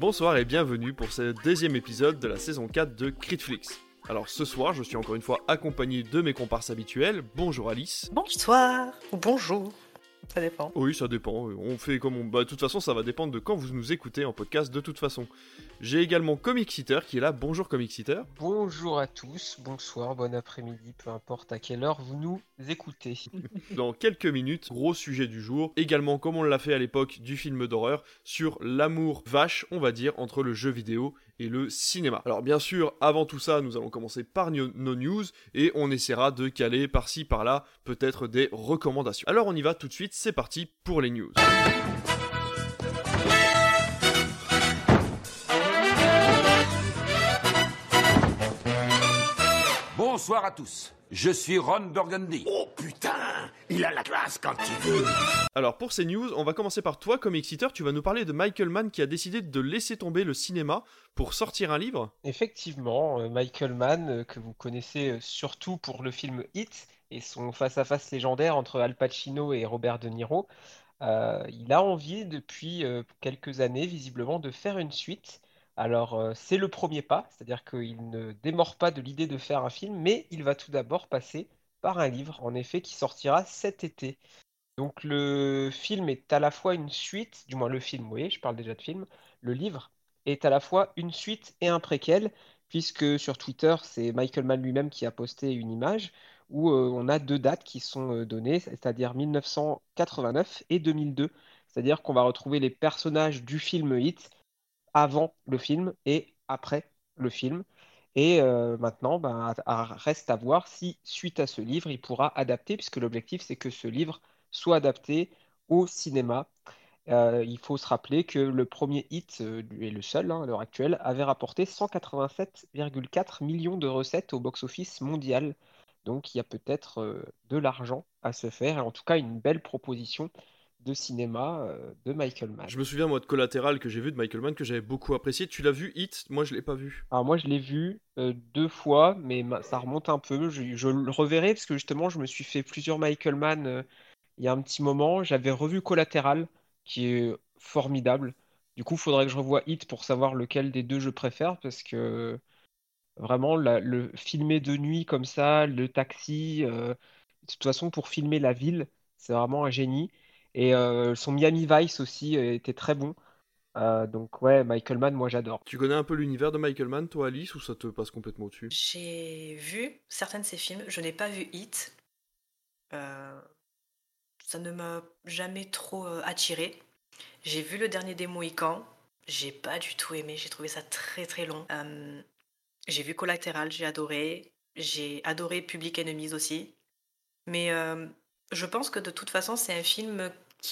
Bonsoir et bienvenue pour ce deuxième épisode de la saison 4 de Critflix. Alors ce soir, je suis encore une fois accompagné de mes comparses habituels. Bonjour Alice. Bonsoir ou bonjour, ça dépend. Oui, ça dépend. On fait comme on... Bah, de toute façon, ça va dépendre de quand vous nous écoutez en podcast de toute façon. J'ai également Comicseater qui est là. Bonjour Comicseater. Bonjour à tous, bonsoir, bon après-midi, peu importe à quelle heure vous nous écoutez. Dans quelques minutes, gros sujet du jour. Également, comme on l'a fait à l'époque du film d'horreur, sur l'amour vache, on va dire, entre le jeu vidéo et le cinéma. Alors bien sûr, avant tout ça, nous allons commencer par nos news et on essaiera de caler par-ci par-là peut-être des recommandations. Alors on y va tout de suite, c'est parti pour les news. Bonsoir à tous, je suis Ron Burgundy. Oh putain, il a la classe quand il veut. Alors pour ces news, on va commencer par toi, Comicseater, tu vas nous parler de Michael Mann qui a décidé de laisser tomber le cinéma pour sortir un livre. Effectivement, Michael Mann, que vous connaissez surtout pour le film Hit et son face-à-face légendaire entre Al Pacino et Robert De Niro, il a envie depuis quelques années visiblement de faire une suite. Alors c'est le premier pas, c'est-à-dire qu'il ne démord pas de l'idée de faire un film, mais il va tout d'abord passer par un livre, en effet, qui sortira cet été. Donc le film est à la fois une suite, du moins le film, oui, je parle déjà de film, le livre est à la fois une suite et un préquel, puisque sur Twitter, c'est Michael Mann lui-même qui a posté une image où on a deux dates qui sont données, c'est-à-dire 1989 et 2002. C'est-à-dire qu'on va retrouver les personnages du film Hit avant le film et après le film. Et maintenant, reste à voir si, suite à ce livre, il pourra adapter, puisque l'objectif, c'est que ce livre soit adapté au cinéma. Il faut se rappeler que le premier hit, et le seul à l'heure actuelle, avait rapporté 187,4 millions de recettes au box-office mondial. Donc il y a peut-être de l'argent à se faire, et en tout cas une belle proposition de cinéma de Michael Mann. Je me souviens moi de Collatéral que j'ai vu de Michael Mann que j'avais beaucoup apprécié. Tu l'as vu Hit? Moi je l'ai pas vu. Alors moi je l'ai vu deux fois, mais ça remonte un peu. Je le reverrai parce que justement je me suis fait plusieurs Michael Mann il y a un petit moment. J'avais revu Collatéral, qui est formidable. Du coup, il faudrait que je revoie Hit pour savoir lequel des deux je préfère, parce que vraiment, le filmer de nuit comme ça, le taxi, de toute façon, pour filmer la ville, c'est vraiment un génie. Et son Miami Vice aussi était très bon. Donc ouais, Michael Mann, moi j'adore. Tu connais un peu l'univers de Michael Mann, toi Alice, ou ça te passe complètement au-dessus? J'ai vu certains de ses films, je n'ai pas vu Hit. Euh, Ça ne m'a jamais trop attiré. J'ai vu le dernier des Mohicans, j'ai pas du tout aimé, j'ai trouvé ça très très long. J'ai vu Collatéral, j'ai adoré Public Enemies aussi. Mais je pense que de toute façon, c'est un film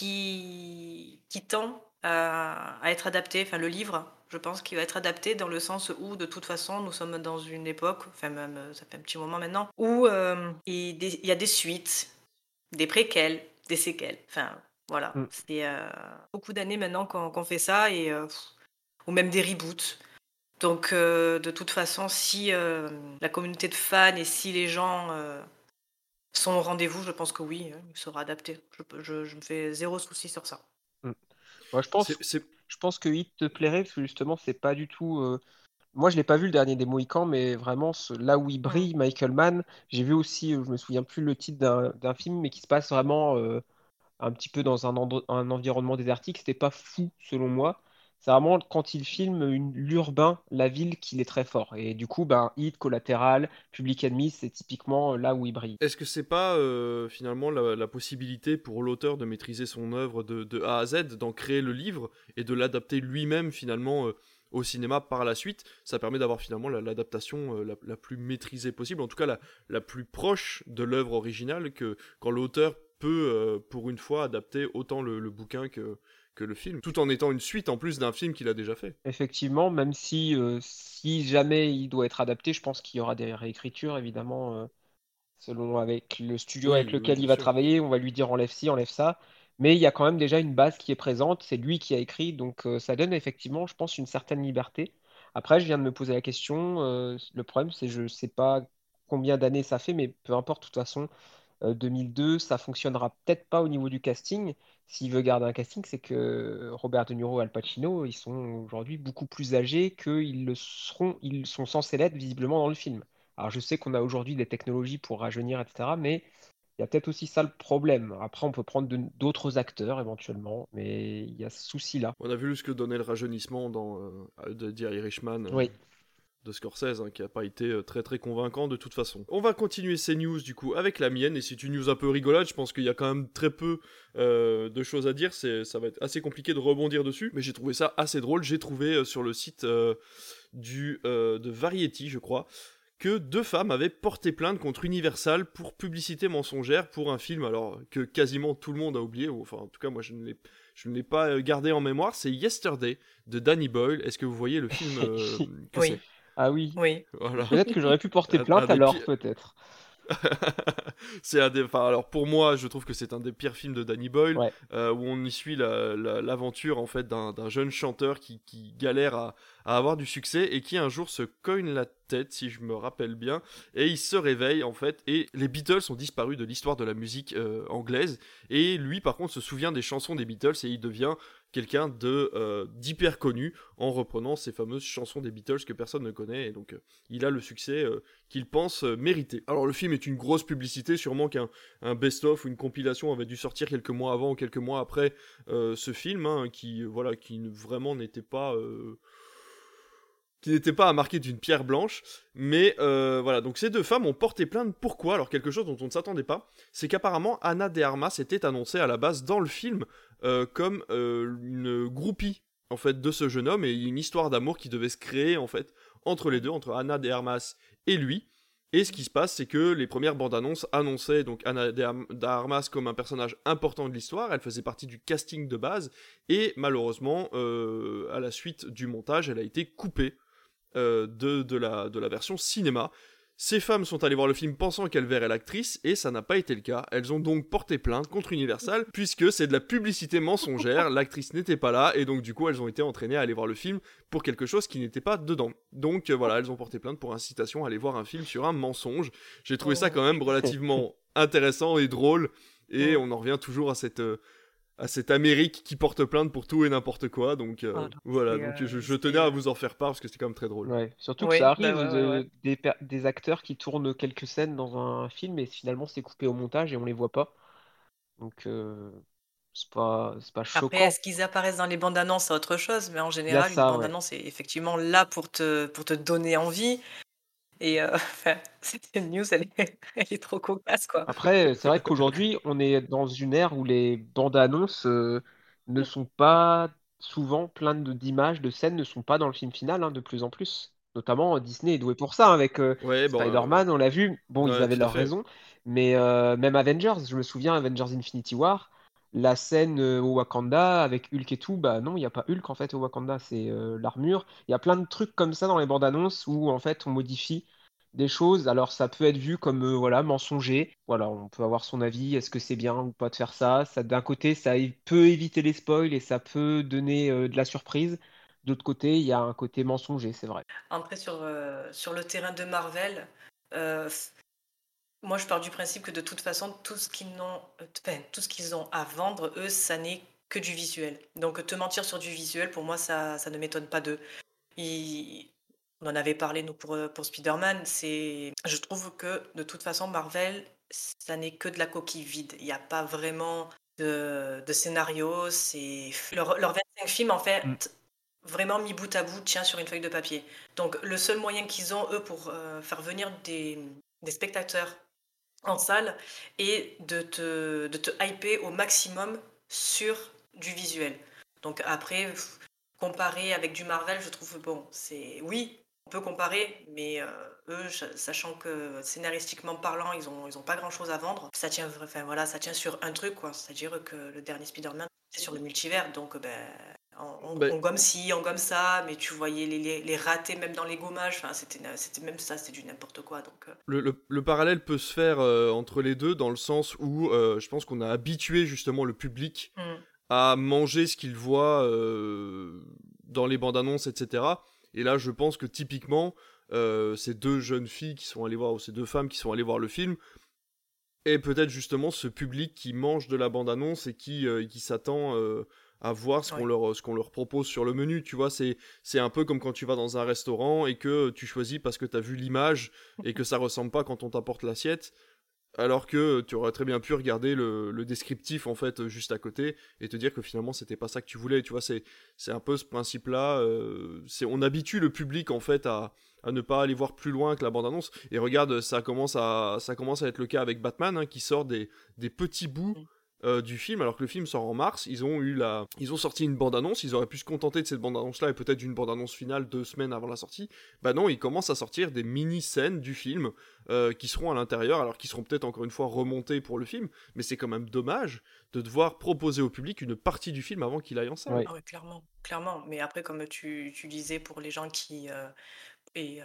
qui tend à être adapté. Enfin, le livre, je pense qu'il va être adapté dans le sens où, de toute façon, nous sommes dans une époque, enfin même, ça fait un petit moment maintenant, où il y a des suites, des préquels, des séquelles. Enfin, voilà. Mm. C'est beaucoup d'années maintenant qu'on fait ça, ou même des reboots. Donc, de toute façon, si la communauté de fans et si les gens sont au rendez-vous, je pense que oui, il sera adapté. Je me fais zéro souci sur ça. Mm. Moi, je pense que Hit te plairait, parce que justement, c'est pas du tout. Moi, je l'ai pas vu le dernier des Mohicans, mais vraiment, là où il Mm. brille, Michael Mann, j'ai vu aussi, je me souviens plus le titre d'un film, mais qui se passe vraiment un petit peu dans un environnement désertique. C'était pas fou, selon moi. C'est vraiment quand il filme l'urbain, la ville, qu'il est très fort. Et du coup, Hit, Collatéral, Public Enemy, c'est typiquement là où il brille. Est-ce que c'est pas finalement la possibilité pour l'auteur de maîtriser son œuvre de A à Z, d'en créer le livre et de l'adapter lui-même finalement au cinéma par la suite? Ça permet d'avoir finalement l'adaptation la plus maîtrisée possible, en tout cas la plus proche de l'œuvre originale, que quand l'auteur peut pour une fois adapter autant le bouquin que le film, tout en étant une suite en plus d'un film qu'il a déjà fait. Effectivement, même si jamais il doit être adapté, je pense qu'il y aura des réécritures, évidemment, selon avec le studio avec Oui, lequel il bien va sûr. travailler. On va lui dire enlève ci, enlève ça. Mais il y a quand même déjà une base qui est présente. C'est lui qui a écrit, donc ça donne effectivement, je pense, une certaine liberté. Après, je viens de me poser la question. Le problème, c'est je sais pas combien d'années ça fait, mais peu importe, de toute façon. 2002, ça fonctionnera peut-être pas au niveau du casting. S'il veut garder un casting, c'est que Robert De Niro et Al Pacino, ils sont aujourd'hui beaucoup plus âgés ils sont censés l'être visiblement dans le film. Alors je sais qu'on a aujourd'hui des technologies pour rajeunir, etc., mais il y a peut-être aussi ça le problème. Après, on peut prendre d'autres acteurs éventuellement, mais il y a ce souci-là. On a vu ce que donnait le rajeunissement dans The Irishman. Oui. De Scorsese, qui n'a pas été très très convaincant de toute façon. On va continuer ces news du coup avec la mienne, et c'est une news un peu rigolote, je pense qu'il y a quand même très peu de choses à dire, ça va être assez compliqué de rebondir dessus, mais j'ai trouvé ça assez drôle. J'ai trouvé sur le site de Variety, je crois, que 2 femmes avaient porté plainte contre Universal pour publicité mensongère pour un film, alors que quasiment tout le monde a oublié, ou enfin en tout cas moi je ne l'ai pas gardé en mémoire. C'est Yesterday de Danny Boyle. Est-ce que vous voyez le film que Oui. c'est? Ah oui. Oui. Voilà. Peut-être que j'aurais pu porter Un plainte des alors, pires- peut-être. c'est alors pour moi, je trouve que c'est un des pires films de Danny Boyle, Ouais. où on y suit l'aventure en fait d'un jeune chanteur qui galère à avoir du succès et qui un jour se cogne la tête, si je me rappelle bien, et il se réveille en fait, et les Beatles ont disparu de l'histoire de la musique anglaise, et lui par contre se souvient des chansons des Beatles, et il devient quelqu'un d'hyper connu en reprenant ces fameuses chansons des Beatles que personne ne connaît, et donc il a le succès qu'il pense mériter. Alors le film est une grosse publicité, sûrement qu'un best-of ou une compilation avait dû sortir quelques mois avant ou quelques mois après ce film, hein, qui vraiment qui n'était pas à marquer d'une pierre blanche, mais voilà, donc ces 2 femmes ont porté plainte. Pourquoi? Alors quelque chose dont on ne s'attendait pas, c'est qu'apparemment Anna de Armas était annoncée à la base dans le film comme une groupie en fait de ce jeune homme, et une histoire d'amour qui devait se créer en fait entre les deux, entre Anna de Armas et lui. Et ce qui se passe, c'est que les premières bandes annonces annonçaient donc Anna de Armas comme un personnage important de l'histoire. Elle faisait partie du casting de base, et malheureusement, à la suite du montage, elle a été coupée de la version cinéma. Ces femmes sont allées voir le film pensant qu'elles verraient l'actrice, et ça n'a pas été le cas. Elles ont donc porté plainte contre Universal, puisque c'est de la publicité mensongère, l'actrice n'était pas là, et donc du coup elles ont été entraînées à aller voir le film pour quelque chose qui n'était pas dedans. Donc voilà, elles ont porté plainte pour incitation à aller voir un film sur un mensonge. J'ai trouvé ça quand même relativement intéressant et drôle, et on en revient toujours à cette Amérique qui porte plainte pour tout et n'importe quoi, donc voilà, donc je tenais à vous en faire part parce que c'était quand même très drôle. Ouais. Surtout que Oui, ça bah arrive ouais. des acteurs qui tournent quelques scènes dans un film et finalement c'est coupé au montage et on les voit pas. Donc c'est pas Après, choquant. est-ce qu'ils apparaissent dans les bandes annonces, c'est autre chose, mais en Il y a général, une ça, bande ouais. annonce est effectivement là pour te donner envie. Et enfin, cette news, elle est trop cocasse, quoi. Après, c'est vrai qu'aujourd'hui, on est dans une ère où les bandes annonces ne sont pas souvent pleines d'images, de scènes ne sont pas dans le film final, hein, de plus en plus. Notamment, Disney est doué pour ça, hein, avec Ouais, bon, Spider-Man, on l'a vu. Bon, ils ouais, avaient tout à leur fait. raison, mais même Avengers, je me souviens, Avengers Infinity War, la scène au Wakanda avec Hulk et tout, bah non, il n'y a pas Hulk en fait au Wakanda, c'est l'armure. Il y a plein de trucs comme ça dans les bandes annonces où en fait on modifie des choses. Alors ça peut être vu comme voilà mensonger. Voilà, on peut avoir son avis. Est-ce que c'est bien ou pas de faire ça? Ça d'un côté, peut éviter les spoils et ça peut donner de la surprise. D'autre côté, il y a un côté mensonger, c'est vrai. Après, sur le terrain de Marvel, euh, moi, je pars du principe que de toute façon, tout ce qu'ils ont à vendre, eux, ça n'est que du visuel. Donc, te mentir sur du visuel, pour moi, ça ne m'étonne pas d'eux. Ils- On en avait parlé, nous, pour Spider-Man. Je trouve que, de toute façon, Marvel, ça n'est que de la coquille vide. Il n'y a pas vraiment de scénario. Leurs 25 films, en Mm. fait, vraiment mis bout à bout, tient sur une feuille de papier. Donc, le seul moyen qu'ils ont, eux, pour faire venir des spectateurs en salle et de te hyper au maximum sur du visuel. Donc après, comparer avec du Marvel, je trouve, bon, oui, on peut comparer, mais eux, sachant que scénaristiquement parlant, ils ont pas grand-chose à vendre, enfin, voilà, ça tient sur un truc, quoi. C'est-à-dire que le dernier Spider-Man, c'est sur le multivers, donc ben, Ben, on gomme ci, on gomme ça, mais tu voyais les ratés même dans les gommages, enfin, c'était même ça, c'était du n'importe quoi. Donc, le parallèle peut se faire entre les deux, dans le sens où je pense qu'on a habitué justement le public à manger ce qu'il voit dans les bandes annonces, etc. Et là, je pense que typiquement, ces 2 jeunes filles qui sont allées voir, ou ces 2 femmes qui sont allées voir le film, Et peut-être justement ce public qui mange de la bande-annonce et qui s'attend à voir ce qu'on leur propose sur le menu, tu vois, c'est un peu comme quand tu vas dans un restaurant et que tu choisis parce que tu as vu l'image et que ça ressemble pas quand on t'apporte l'assiette, alors que tu aurais très bien pu regarder le descriptif en fait juste à côté et te dire que finalement c'était pas ça que tu voulais, tu vois, c'est un peu ce principe-là, on habitue le public en fait à ne pas aller voir plus loin que la bande-annonce. Et regarde, ça commence à être le cas avec Batman, hein, qui sort des petits bouts du film, alors que le film sort en mars. Ils ont sorti une bande-annonce, ils auraient pu se contenter de cette bande-annonce-là et peut-être d'une bande-annonce finale 2 semaines avant la sortie. Bah non, ils commencent à sortir des mini-scènes du film qui seront à l'intérieur, alors qu'ils seront peut-être encore une fois remontés pour le film, mais c'est quand même dommage de devoir proposer au public une partie du film avant qu'il aille en salle. Ouais. Ah ouais, clairement, clairement. Mais après, comme tu disais, pour les gens qui et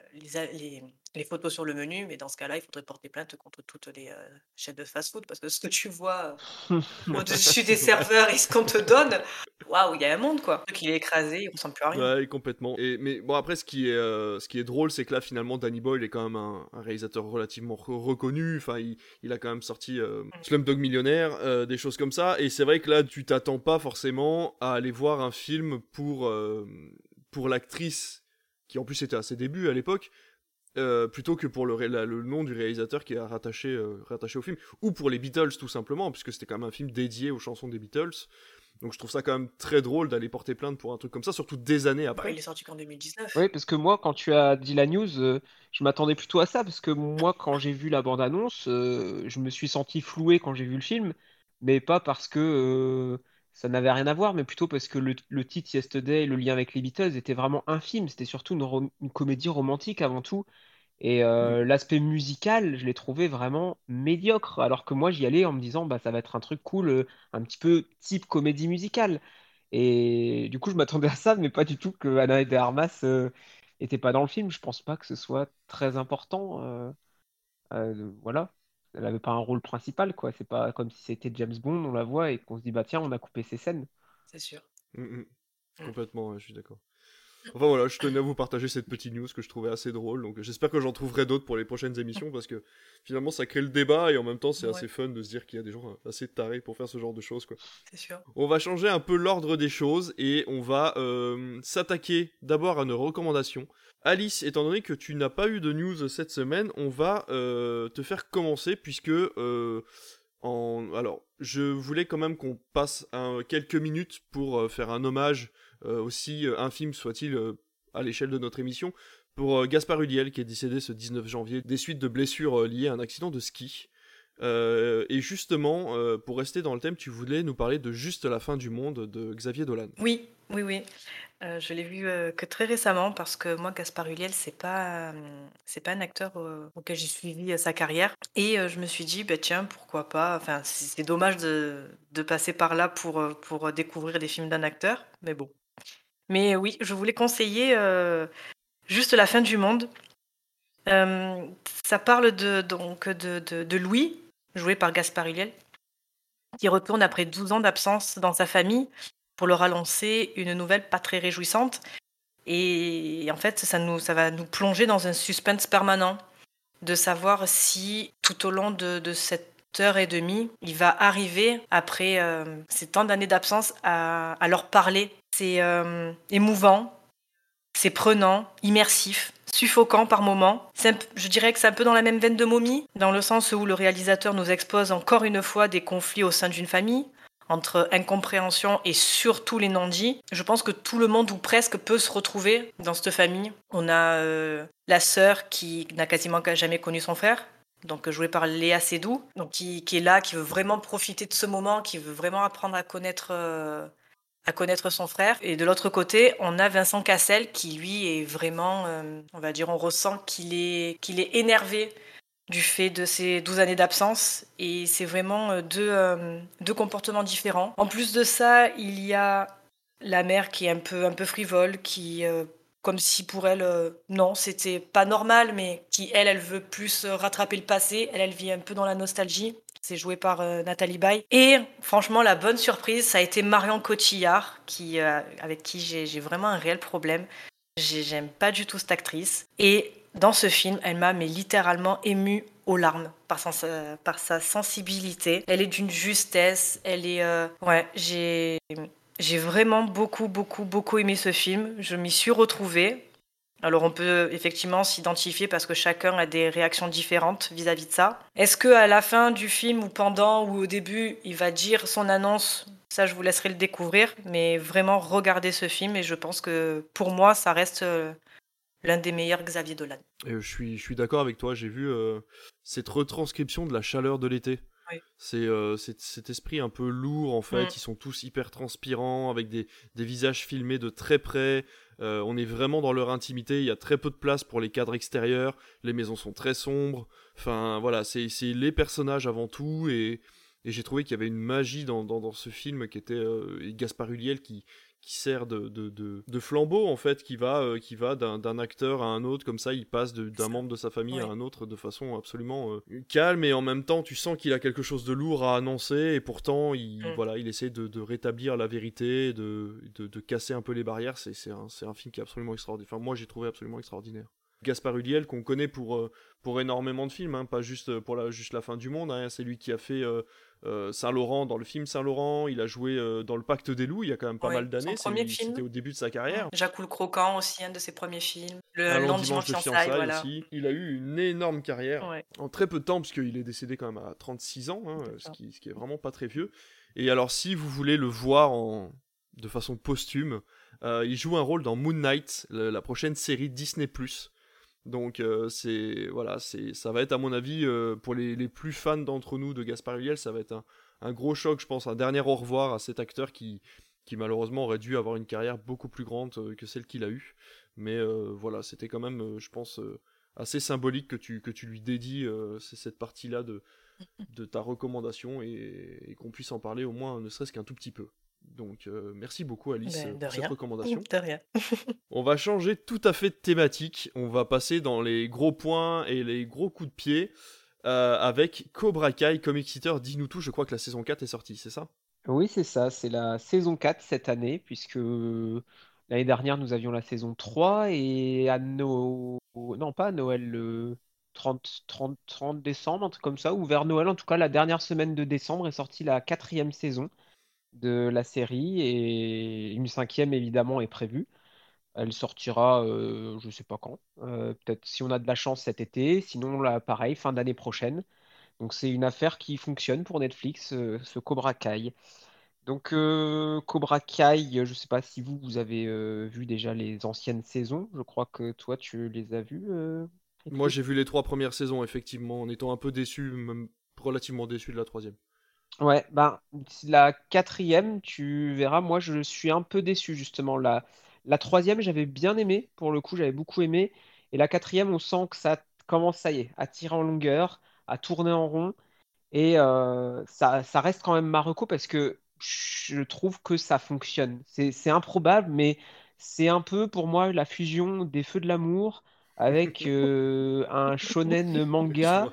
les photos sur le menu, mais dans ce cas-là, il faudrait porter plainte contre toutes les chaînes de fast-food parce que ce que tu vois au-dessus des serveurs et ce qu'on te donne, waouh, il y a un monde quoi. Le truc, il est écrasé, il ressemble plus à rien. Ouais, complètement. Mais bon, après, ce qui est drôle, c'est que là, finalement, Danny Boyle est quand même un réalisateur relativement reconnu. Enfin, il a quand même sorti Slumdog Millionnaire, des choses comme ça. Et c'est vrai que là, tu t'attends pas forcément à aller voir un film pour l'actrice, qui en plus était à ses débuts à l'époque, plutôt que pour le nom du réalisateur qui est rattaché au film. Ou pour les Beatles, tout simplement, puisque c'était quand même un film dédié aux chansons des Beatles. Donc je trouve ça quand même très drôle d'aller porter plainte pour un truc comme ça, surtout des années Bah, après. il est sorti qu'en 2019. Oui, parce que moi, quand tu as dit la news, je m'attendais plutôt à ça, parce que moi, quand j'ai vu la bande-annonce, je me suis senti floué quand j'ai vu le film, mais pas parce que ça n'avait rien à voir, mais plutôt parce que le titre Yesterday, le lien avec les Beatles, était vraiment infime. C'était surtout une comédie romantique avant tout. Et l'aspect musical, je l'ai trouvé vraiment médiocre, alors que moi j'y allais en me disant bah ça va être un truc cool, un petit peu type comédie musicale. Et du coup je m'attendais à ça, mais pas du tout que Anna de Armas était pas dans le film. Je pense pas que ce soit très important. Voilà, elle avait pas un rôle principal quoi. C'est pas comme si c'était James Bond, on la voit et qu'on se dit bah tiens on a coupé ces scènes. C'est sûr. Mm, mm. Mm. Complètement, ouais, je suis d'accord. Enfin voilà, je tenais à vous partager cette petite news que je trouvais assez drôle, donc j'espère que j'en trouverai d'autres pour les prochaines émissions, parce que finalement ça crée le débat, et en même temps c'est Ouais. assez fun de se dire qu'il y a des gens assez tarés pour faire ce genre de choses, quoi. C'est sûr. On va changer un peu l'ordre des choses, et on va s'attaquer d'abord à nos recommandations. Alice, étant donné que tu n'as pas eu de news cette semaine, on va te faire commencer, puisque... Alors, je voulais quand même qu'on passe quelques minutes pour faire un hommage, aussi infime soit-il à l'échelle de notre émission, pour Gaspard Ulliel qui est décédé ce 19 janvier des suites de blessures liées à un accident de ski. Et justement, pour rester dans le thème, tu voulais nous parler de Juste la fin du monde de Xavier Dolan. Oui. Je l'ai vu que très récemment parce que moi, Gaspard Ulliel, c'est pas un acteur auquel j'ai suivi sa carrière. Et je me suis dit, bah, tiens, pourquoi pas. Enfin, c'est dommage de passer par là pour découvrir des films d'un acteur, mais bon. Mais oui, je voulais conseiller Juste la fin du monde. Ça parle de Louis, joué par Gaspard Ulliel, qui retourne après 12 ans d'absence dans sa famille pour leur annoncer une nouvelle pas très réjouissante. Et en fait, ça va nous plonger dans un suspense permanent de savoir si tout au long de cette heure et demie, il va arriver, après ces tant d'années d'absence, à leur parler. C'est émouvant, c'est prenant, immersif, suffocant par moments. Je dirais que c'est un peu dans la même veine de Mommy, dans le sens où le réalisateur nous expose encore une fois des conflits au sein d'une famille, entre incompréhension et surtout les non-dits. Je pense que tout le monde, ou presque, peut se retrouver dans cette famille. On a la sœur qui n'a quasiment jamais connu son frère, donc jouée par Léa Seydoux, donc qui est là, qui veut vraiment profiter de ce moment, qui veut vraiment apprendre à connaître son frère. Et de l'autre côté, on a Vincent Cassel qui, lui, est vraiment, on va dire, on ressent qu'il est énervé du fait de ces 12 années d'absence. Et c'est vraiment deux comportements différents. En plus de ça, il y a la mère qui est un peu frivole, qui... comme si pour elle, non, c'était pas normal, mais qui, elle veut plus rattraper le passé. Elle vit un peu dans la nostalgie. C'est joué par Nathalie Baye. Et franchement, la bonne surprise, ça a été Marion Cotillard, avec qui j'ai vraiment un réel problème. J'aime pas du tout cette actrice. Et dans ce film, elle m'a mais littéralement émue aux larmes par sa sensibilité. Elle est d'une justesse, elle est... Ouais, j'ai vraiment beaucoup, beaucoup, beaucoup aimé ce film. Je m'y suis retrouvée. Alors on peut effectivement s'identifier parce que chacun a des réactions différentes vis-à-vis de ça. Est-ce que à la fin du film ou pendant ou au début, il va dire son annonce? Ça, je vous laisserai le découvrir. Mais vraiment, regardez ce film et je pense que pour moi, ça reste l'un des meilleurs Xavier Dolan. Et je suis d'accord avec toi, j'ai vu cette retranscription de la chaleur de l'été. Oui. C'est cet esprit un peu lourd en fait, ils sont tous hyper transpirants, avec des visages filmés de très près, on est vraiment dans leur intimité, il y a très peu de place pour les cadres extérieurs, les maisons sont très sombres, enfin voilà, c'est les personnages avant tout, et j'ai trouvé qu'il y avait une magie dans ce film qui était Gaspard Ulliel qui sert de flambeau en fait, qui va d'un acteur à un autre, comme ça il passe d'un membre de sa famille à un autre de façon absolument calme, et en même temps tu sens qu'il a quelque chose de lourd à annoncer, et pourtant il essaie de rétablir la vérité, de casser un peu les barrières. C'est un film qui est absolument extraordinaire, enfin moi j'ai trouvé absolument extraordinaire. Gaspard Ulliel qu'on connaît pour énormément de films, hein, pas juste pour juste la fin du monde, hein. C'est lui qui a fait Saint-Laurent, dans le film Saint-Laurent, il a joué dans Le Pacte des loups il y a quand même pas mal d'années, c'était au début de sa carrière. Jacques le Croquant aussi, un de ses premiers films. Le Un long dimanche de fiançailles voilà. aussi. Il a eu une énorme carrière en très peu de temps, parce qu'il est décédé quand même à 36 ans, hein, ce qui est vraiment pas très vieux. Et alors si vous voulez le voir de façon posthume, il joue un rôle dans Moon Knight, la prochaine série Disney+. Donc ça va être à mon avis pour les plus fans d'entre nous de Gaspard Ulliel, ça va être un gros choc, je pense, un dernier au revoir à cet acteur qui malheureusement aurait dû avoir une carrière beaucoup plus grande que celle qu'il a eue. Mais voilà, c'était quand même, je pense, assez symbolique que tu lui dédies cette partie-là de ta recommandation, et qu'on puisse en parler au moins ne serait-ce qu'un tout petit peu. Donc merci beaucoup Alice pour cette recommandation. De rien. On va changer tout à fait de thématique, on va passer dans les gros points et les gros coups de pied avec Cobra Kai, Comic Eater, dis-nous tout, je crois que la saison 4 est sortie, c'est ça? Oui, c'est ça, c'est la saison 4 cette année, puisque l'année dernière nous avions la saison 3 et non pas à Noël, le 30 décembre, un truc comme ça, ou vers Noël, en tout cas la dernière semaine de décembre est sortie la quatrième saison de la série, et une cinquième évidemment est prévue. Elle sortira, je sais pas quand, peut-être si on a de la chance cet été, sinon là pareil, fin d'année prochaine. Donc c'est une affaire qui fonctionne pour Netflix, ce Cobra Kai. Donc Cobra Kai, je sais pas si vous avez vu déjà les anciennes saisons. Je crois que toi tu les as vues. Moi Friedrich. j'ai vu les 3 premières saisons effectivement, en étant un peu déçu, même relativement déçu de la troisième. Ouais, ben la quatrième, tu verras, moi je suis un peu déçu justement. La troisième, j'avais bien aimé, pour le coup, j'avais beaucoup aimé. Et la quatrième, on sent que ça commence, ça y est, à tirer en longueur, à tourner en rond. Et ça reste quand même Marocco parce que je trouve que ça fonctionne. C'est improbable, mais c'est un peu pour moi la fusion des Feux de l'amour avec un shonen Je manga, vois.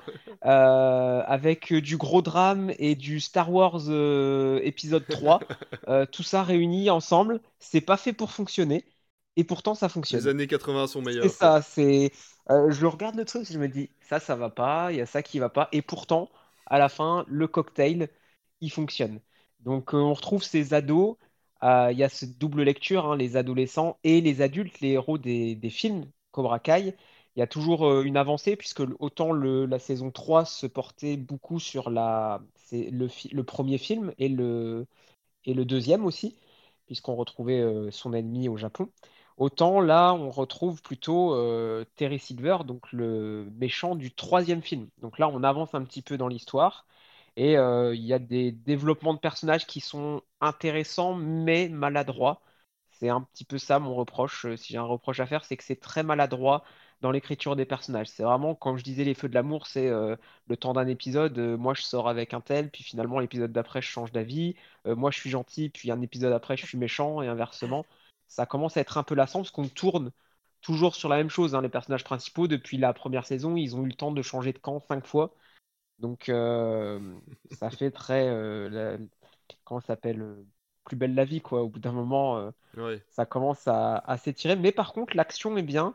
avec du gros drame et du Star Wars épisode 3. Tout ça réuni ensemble, c'est pas fait pour fonctionner. Et pourtant, ça Les fonctionne. années 80 sont C'est meilleures, quoi. ça, je regarde le truc, je me dis ça va pas, il y a ça qui va pas, et pourtant à la fin le cocktail il fonctionne. Donc on retrouve ces ados, il y a cette double lecture, hein, les adolescents et les adultes, les héros des films Cobra Kai. Il y a toujours une avancée puisque autant la saison 3 se portait beaucoup sur c'est le premier film et le deuxième aussi, puisqu'on retrouvait son ennemi au Japon. Autant là, on retrouve plutôt Terry Silver, donc le méchant du troisième film. Donc là, on avance un petit peu dans l'histoire et il y a des développements de personnages qui sont intéressants mais maladroits. C'est un petit peu ça mon reproche. Si j'ai un reproche à faire, c'est que c'est très maladroit dans l'écriture des personnages. C'est vraiment, quand je disais les feux de l'amour, c'est le temps d'un épisode, moi je sors avec un tel, puis finalement l'épisode d'après je change d'avis. Moi je suis gentil, puis un épisode après je suis méchant, et inversement. Ça commence à être un peu lassant parce qu'on tourne toujours sur la même chose, hein. Les personnages principaux, depuis la première saison, ils ont eu le temps de changer de camp 5 fois. Donc ça fait très... comment ça s'appelle Plus belle la vie, quoi. Au bout d'un moment, Ouais. ça commence à s'étirer. Mais par contre, l'action est bien.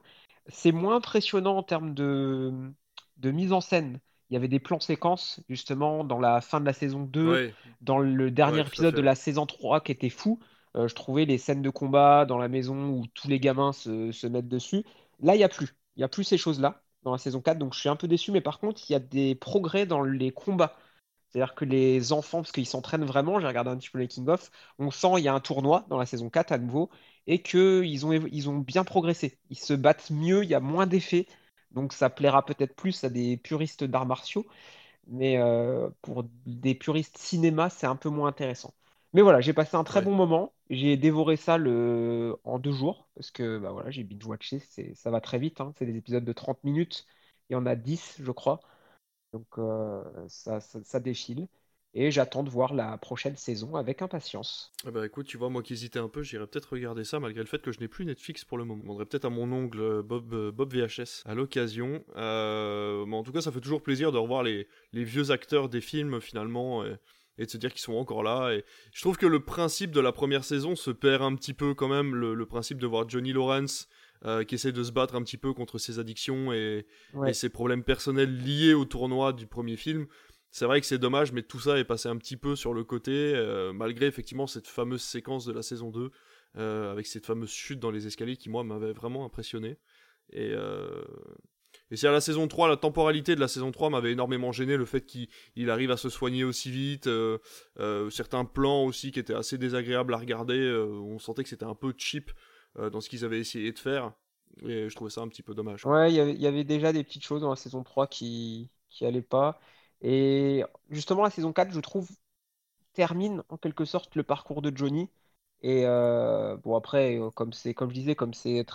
C'est moins impressionnant en termes de mise en scène. Il y avait des plans séquences, justement, dans la fin de la saison 2, Ouais, dans le dernier ouais, tout à épisode fait, de ouais. la saison 3 qui était fou. Je trouvais les scènes de combat dans la maison où tous les gamins se mettent dessus. Là, il n'y a plus. Il n'y a plus ces choses-là dans la saison 4, donc je suis un peu déçu, mais par contre, il y a des progrès dans les combats. C'est-à-dire que les enfants, parce qu'ils s'entraînent vraiment, j'ai regardé un petit peu les King of, on sent il y a un tournoi dans la saison 4 à nouveau, et qu'ils ont bien progressé. Ils se battent mieux, il y a moins d'effets, donc ça plaira peut-être plus à des puristes d'arts martiaux, mais pour des puristes cinéma, c'est un peu moins intéressant. Mais voilà, j'ai passé un très Ouais. bon moment, j'ai dévoré ça en 2 jours, parce que bah voilà, j'ai binge-watché, ça va très vite, hein. C'est des épisodes de 30 minutes, il y en a 10, je crois. Donc ça défile. Et j'attends de voir la prochaine saison avec impatience. Ah bah écoute, tu vois, moi qui hésitais un peu, j'irais peut-être regarder ça malgré le fait que je n'ai plus Netflix pour le moment. Je demanderai peut-être à mon ongle Bob VHS à l'occasion. Mais en tout cas, ça fait toujours plaisir de revoir les vieux acteurs des films finalement et de se dire qu'ils sont encore là. Et je trouve que le principe de la première saison se perd un petit peu quand même. Le principe de voir Johnny Lawrence qui essaie de se battre un petit peu contre ses addictions et Ouais, ses problèmes personnels liés au tournoi du premier film. C'est vrai que c'est dommage, mais tout ça est passé un petit peu sur le côté, malgré effectivement cette fameuse séquence de la saison 2, avec cette fameuse chute dans les escaliers qui, moi, m'avait vraiment impressionné. Et, euh, et c'est à la saison 3, la temporalité de la saison 3 m'avait énormément gêné, le fait qu'il arrive à se soigner aussi vite, certains plans aussi qui étaient assez désagréables à regarder, on sentait que c'était un peu cheap dans ce qu'ils avaient essayé de faire, et je trouvais ça un petit peu dommage, quoi. ouais, il y avait déjà des petites choses dans la saison 3 qui allaient pas. Et justement, la saison 4 je trouve, termine en quelque sorte le parcours de Johnny. Et bon, après, comme je disais, comme c'est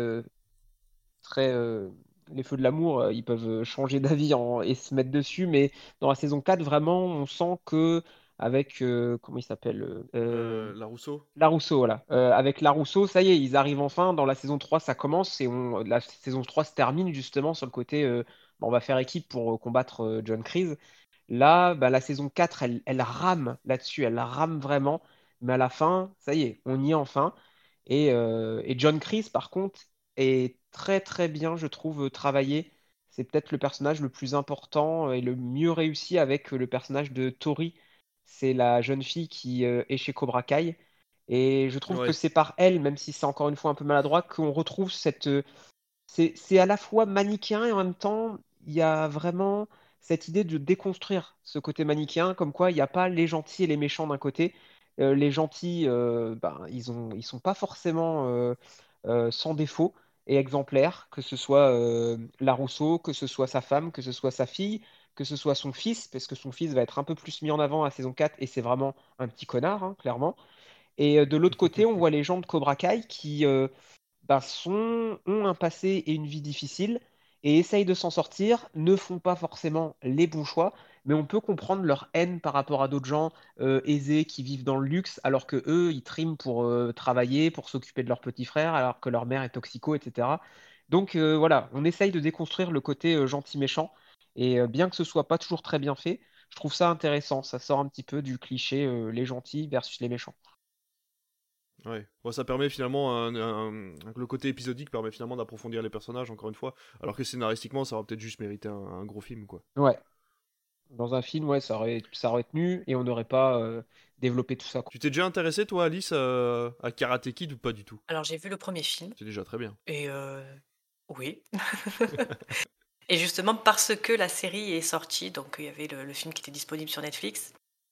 très les feux de l'amour, ils peuvent changer d'avis et se mettre dessus, mais dans la saison 4 vraiment, on sent que avec comment il s'appelle Larousseau. Larousseau, voilà. Avec Larousseau, ça y est, ils arrivent enfin. Dans la saison 3 ça commence et la saison 3 se termine justement sur le côté bon, on va faire équipe pour combattre John Kreese. Là, bah, la saison 4 elle rame là-dessus, elle rame vraiment. Mais à la fin, ça y est, on y est enfin. Et John Kreese, par contre, est très très bien, je trouve, travaillé. C'est peut-être le personnage le plus important et le mieux réussi avec le personnage de Tori. C'est la jeune fille qui est chez Cobra Kai. Et je trouve que Ouais. c'est par elle, même si c'est encore une fois un peu maladroit, qu'on retrouve c'est à la fois manichéen et en même temps, il y a vraiment cette idée de déconstruire ce côté manichéen, comme quoi il n'y a pas les gentils et les méchants d'un côté. Les gentils, ben, ils sont pas forcément sans défaut et exemplaires, que ce soit Larousseau, que ce soit sa femme, que ce soit sa fille, que ce soit son fils, parce que son fils va être un peu plus mis en avant à saison 4 et c'est vraiment un petit connard, hein, clairement. Et de l'autre côté, on voit les gens de Cobra Kai qui bah, ont un passé et une vie difficile et essayent de s'en sortir, ne font pas forcément les bons choix, mais on peut comprendre leur haine par rapport à d'autres gens aisés qui vivent dans le luxe, alors que eux, ils triment pour travailler, pour s'occuper de leur petit frère, alors que leur mère est toxico, etc. Donc voilà, on essaye de déconstruire le côté gentil-méchant, et bien que ce soit pas toujours très bien fait, je trouve ça intéressant, ça sort un petit peu du cliché les gentils versus les méchants. Ouais. Bon, ça permet finalement le côté épisodique permet finalement d'approfondir les personnages encore une fois, alors que scénaristiquement ça aurait peut-être juste mérité un gros film quoi. Ouais. Dans un film, ouais, ça aurait tenu et on n'aurait pas développé tout ça, quoi. Tu t'es déjà intéressé toi Alice à Karate Kid ou pas du tout? Alors j'ai vu le premier film C'est déjà très bien. et oui. Et justement parce que la série est sortie, donc il y avait le film qui était disponible sur Netflix.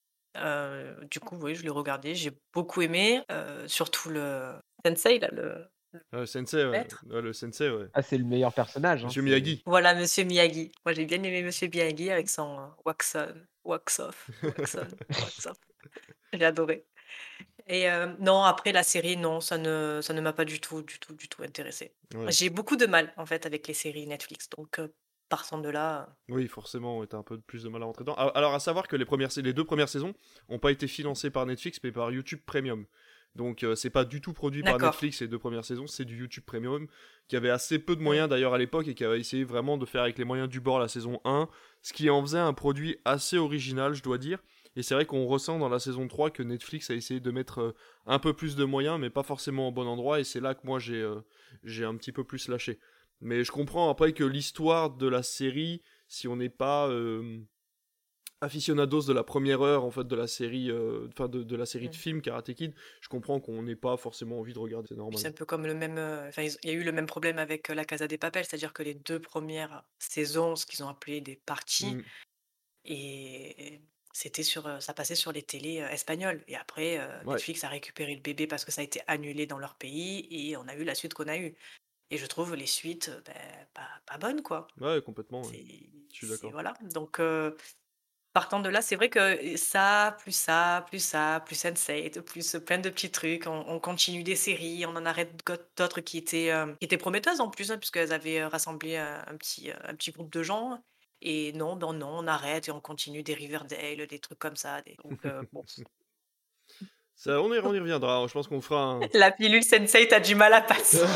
Du coup, oui, je l'ai regardé, j'ai beaucoup aimé, surtout le sensei là, le Le sensei, ouais. maître. Ouais, le sensei, ouais. Ah, c'est le meilleur personnage, hein, Monsieur Miyagi. Voilà, Monsieur Miyagi. Moi, j'ai bien aimé Monsieur Miyagi avec son wax on, wax off, wax on, wax off. J'ai adoré. Et non, après la série, non, ça ne m'a pas du tout, du tout, du tout intéressée. Ouais. J'ai beaucoup de mal en fait avec les séries Netflix, donc partant de là, Oui, forcément, ouais, t'as un peu plus de mal à rentrer dedans. Alors, à savoir que les deux premières saisons n'ont pas été financées par Netflix, mais par YouTube Premium. Donc, c'est pas du tout produit par d'accord. Netflix les deux premières saisons, c'est du YouTube Premium, qui avait assez peu de Mm. moyens d'ailleurs à l'époque et qui avait essayé vraiment de faire avec les moyens du bord la saison 1, ce qui en faisait un produit assez original, je dois dire. Et c'est vrai qu'on ressent dans la saison 3 que Netflix a essayé de mettre un peu plus de moyens, mais pas forcément au bon endroit, et c'est là que moi j'ai un petit peu plus lâché. Mais je comprends après que l'histoire de la série, si on n'est pas aficionados de la première heure en fait de la série, de la série de films Karate Kid, je comprends qu'on n'ait pas forcément envie de regarder, c'est Puis normal. c'est un peu comme le même. Enfin, il y a eu le même problème avec La Casa de Papel, c'est-à-dire que les 2 premières saisons, ce qu'ils ont appelé des parties, Mm. et ça passait sur les télés espagnoles. Et après, Ouais, Netflix a récupéré le bébé parce que ça a été annulé dans leur pays, et on a eu la suite qu'on a eue. Et je trouve les suites pas bonnes, quoi. ouais, complètement, ouais. C'est, Je suis d'accord. voilà. Donc, partant de là, c'est vrai que ça, plus ça, plus ça, plus Sense8, plus plein de petits trucs. On continue des séries, on en arrête d'autres qui étaient prometteuses en plus, hein, puisqu'elles avaient rassemblé un petit groupe de gens. Et non, non, non, on arrête et on continue des Riverdale, des trucs comme ça. Donc, bon. Ça, on y reviendra, hein. Je pense qu'on fera un... La pilule Sense8 a du mal à passer.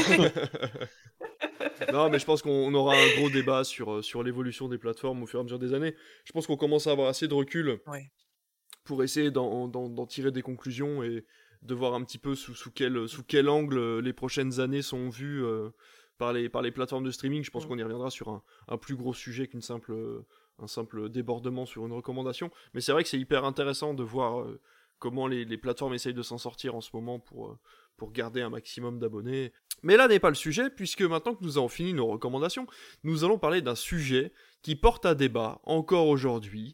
Non, mais je pense qu'on aura un gros débat sur l'évolution des plateformes au fur et à mesure des années. Je pense qu'on commence à avoir assez de recul Ouais. pour essayer d'en tirer des conclusions et de voir un petit peu sous quel angle les prochaines années sont vues par les plateformes de streaming. Je pense Mm. qu'on y reviendra sur un plus gros sujet un simple débordement sur une recommandation. Mais c'est vrai que c'est hyper intéressant de voir comment les plateformes essayent de s'en sortir en ce moment pour garder un maximum d'abonnés. Mais là n'est pas le sujet, puisque maintenant que nous avons fini nos recommandations, nous allons parler d'un sujet qui porte à débat encore aujourd'hui,